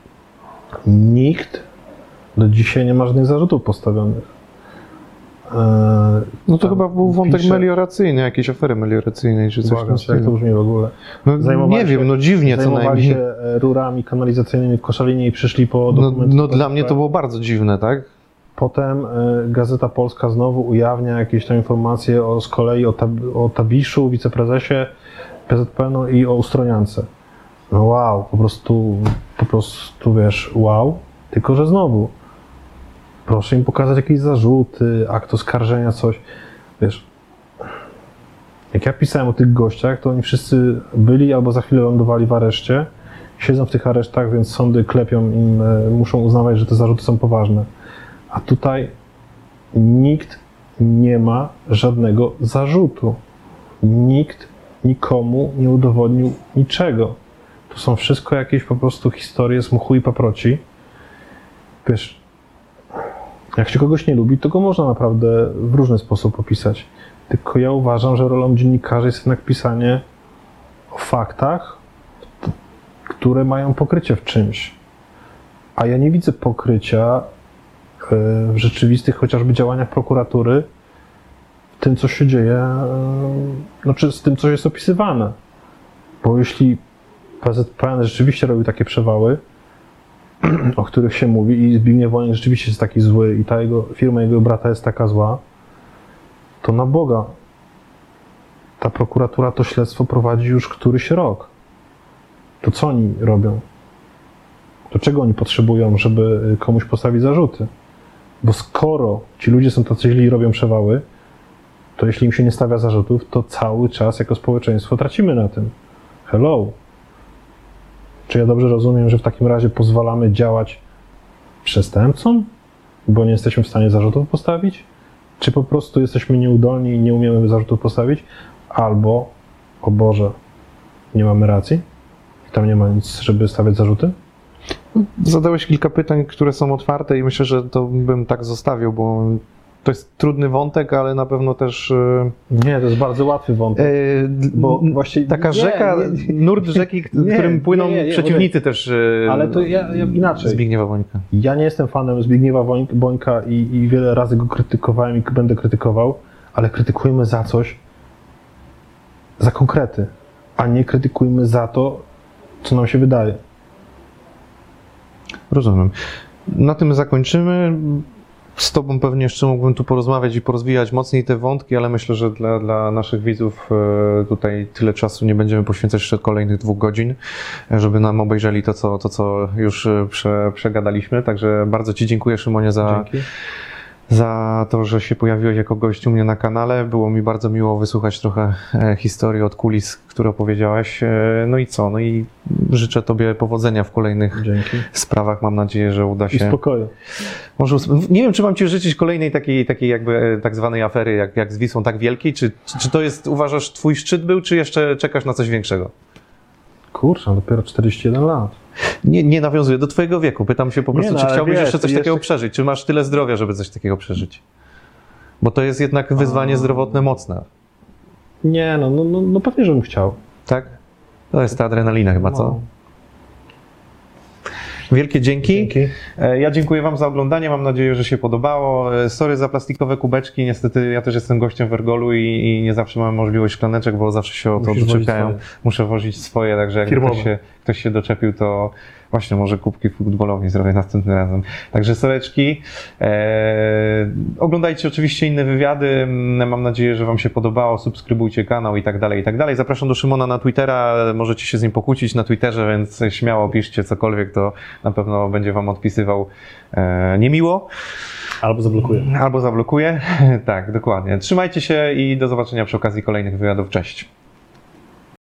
Nikt do dzisiaj nie ma żadnych zarzutów postawionych. No to chyba był wątek melioracyjny, jakieś afery melioracyjnej czy coś w tym jak to brzmi w ogóle? No, nie wiem, no dziwnie co najmniej. Zajmowali się rurami kanalizacyjnymi w Koszalinie i przyszli po dokumenty. No dla mnie to było bardzo dziwne, tak? Potem Gazeta Polska znowu ujawnia jakieś tam informacje z kolei o Tabiszu, wiceprezesie PZPN-u i o Ustroniance. no wow, po prostu wiesz, wow, tylko że znowu, proszę im pokazać jakieś zarzuty, akt oskarżenia, coś, wiesz, jak ja pisałem o tych gościach, to oni wszyscy byli albo za chwilę lądowali w areszcie, siedzą w tych aresztach, więc sądy klepią im, muszą uznawać, że te zarzuty są poważne. A tutaj nikt nie ma żadnego zarzutu. Nikt nikomu nie udowodnił niczego. To są wszystko jakieś po prostu historie z mchu i paproci. Wiesz, jak się kogoś nie lubi, to go można naprawdę w różny sposób opisać. Tylko ja uważam, że rolą dziennikarzy jest jednak pisanie o faktach, które mają pokrycie w czymś. A ja nie widzę pokrycia w rzeczywistych chociażby działaniach prokuratury w tym, co się dzieje, czy z tym, co jest opisywane. Bo jeśli PZPN rzeczywiście robił takie przewały, o których się mówi i Zbigniew Wolnik rzeczywiście jest taki zły i ta jego firma, jego brata jest taka zła, to na Boga, ta prokuratura to śledztwo prowadzi już któryś rok. To co oni robią? To czego oni potrzebują, żeby komuś postawić zarzuty? Bo skoro ci ludzie są tacy źli i robią przewały, to jeśli im się nie stawia zarzutów, to cały czas jako społeczeństwo tracimy na tym. Hello. Czy ja dobrze rozumiem, że w takim razie pozwalamy działać przestępcom, bo nie jesteśmy w stanie zarzutów postawić? Czy po prostu jesteśmy nieudolni i nie umiemy zarzutów postawić? Albo, o Boże, nie mamy racji? I tam nie ma nic, żeby stawiać zarzuty? Zadałeś kilka pytań, które są otwarte i myślę, że to bym tak zostawił, bo to jest trudny wątek, ale na pewno też... Nie, to jest bardzo łatwy wątek. Bo właściwie taka rzeka, nurt rzeki, którym płyną przeciwnicy też ale to ja inaczej. Zbigniewa Wońka. Ja nie jestem fanem Zbigniewa Bońka i wiele razy go krytykowałem i będę krytykował, ale krytykujmy za coś, za konkrety, a nie krytykujmy za to, co nam się wydaje. Rozumiem. Na tym zakończymy. Z Tobą pewnie jeszcze mógłbym tu porozmawiać i porozwijać mocniej te wątki, ale myślę, że dla naszych widzów tutaj tyle czasu nie będziemy poświęcać jeszcze kolejnych 2 godzin, żeby nam obejrzeli to, co już przegadaliśmy. Także bardzo Ci dziękuję, Szymonie, za to, że się pojawiłeś jako gość u mnie na kanale. Było mi bardzo miło wysłuchać trochę historii od kulis, które opowiedziałeś. No i co? No i życzę Tobie powodzenia w kolejnych sprawach. Mam nadzieję, że uda się... I spokoju. Może, nie wiem, czy mam Ci życzyć kolejnej takiej jakby tak zwanej afery, jak z Wisłą, tak wielkiej? Czy to jest, uważasz, Twój szczyt był, czy jeszcze czekasz na coś większego? Kurczę, dopiero 41 lat. Nie nawiązuję do Twojego wieku. Pytam się po prostu, czy chciałbyś jeszcze coś takiego przeżyć? Czy masz tyle zdrowia, żeby coś takiego przeżyć? Bo to jest jednak wyzwanie zdrowotne mocne. Nie, no pewnie, żebym chciał. Tak? To jest ta adrenalina chyba, co? Wielkie dzięki. Ja dziękuję Wam za oglądanie. Mam nadzieję, że się podobało. Sorry za plastikowe kubeczki. Niestety ja też jestem gościem w Ergolu i nie zawsze mam możliwość szklaneczek, bo zawsze się o to doczepiają. Muszę wozić swoje, także jak ktoś się doczepił, to właśnie może kubki futbolowi zrobię następnym razem. Także soreczki. Oglądajcie oczywiście inne wywiady. Mam nadzieję, że Wam się podobało. Subskrybujcie kanał i tak dalej, i tak dalej. Zapraszam do Szymona na Twittera. Możecie się z nim pokłócić na Twitterze, więc śmiało piszcie cokolwiek, to na pewno będzie Wam odpisywał niemiło. Albo zablokuje. Tak, dokładnie. Trzymajcie się i do zobaczenia przy okazji kolejnych wywiadów. Cześć.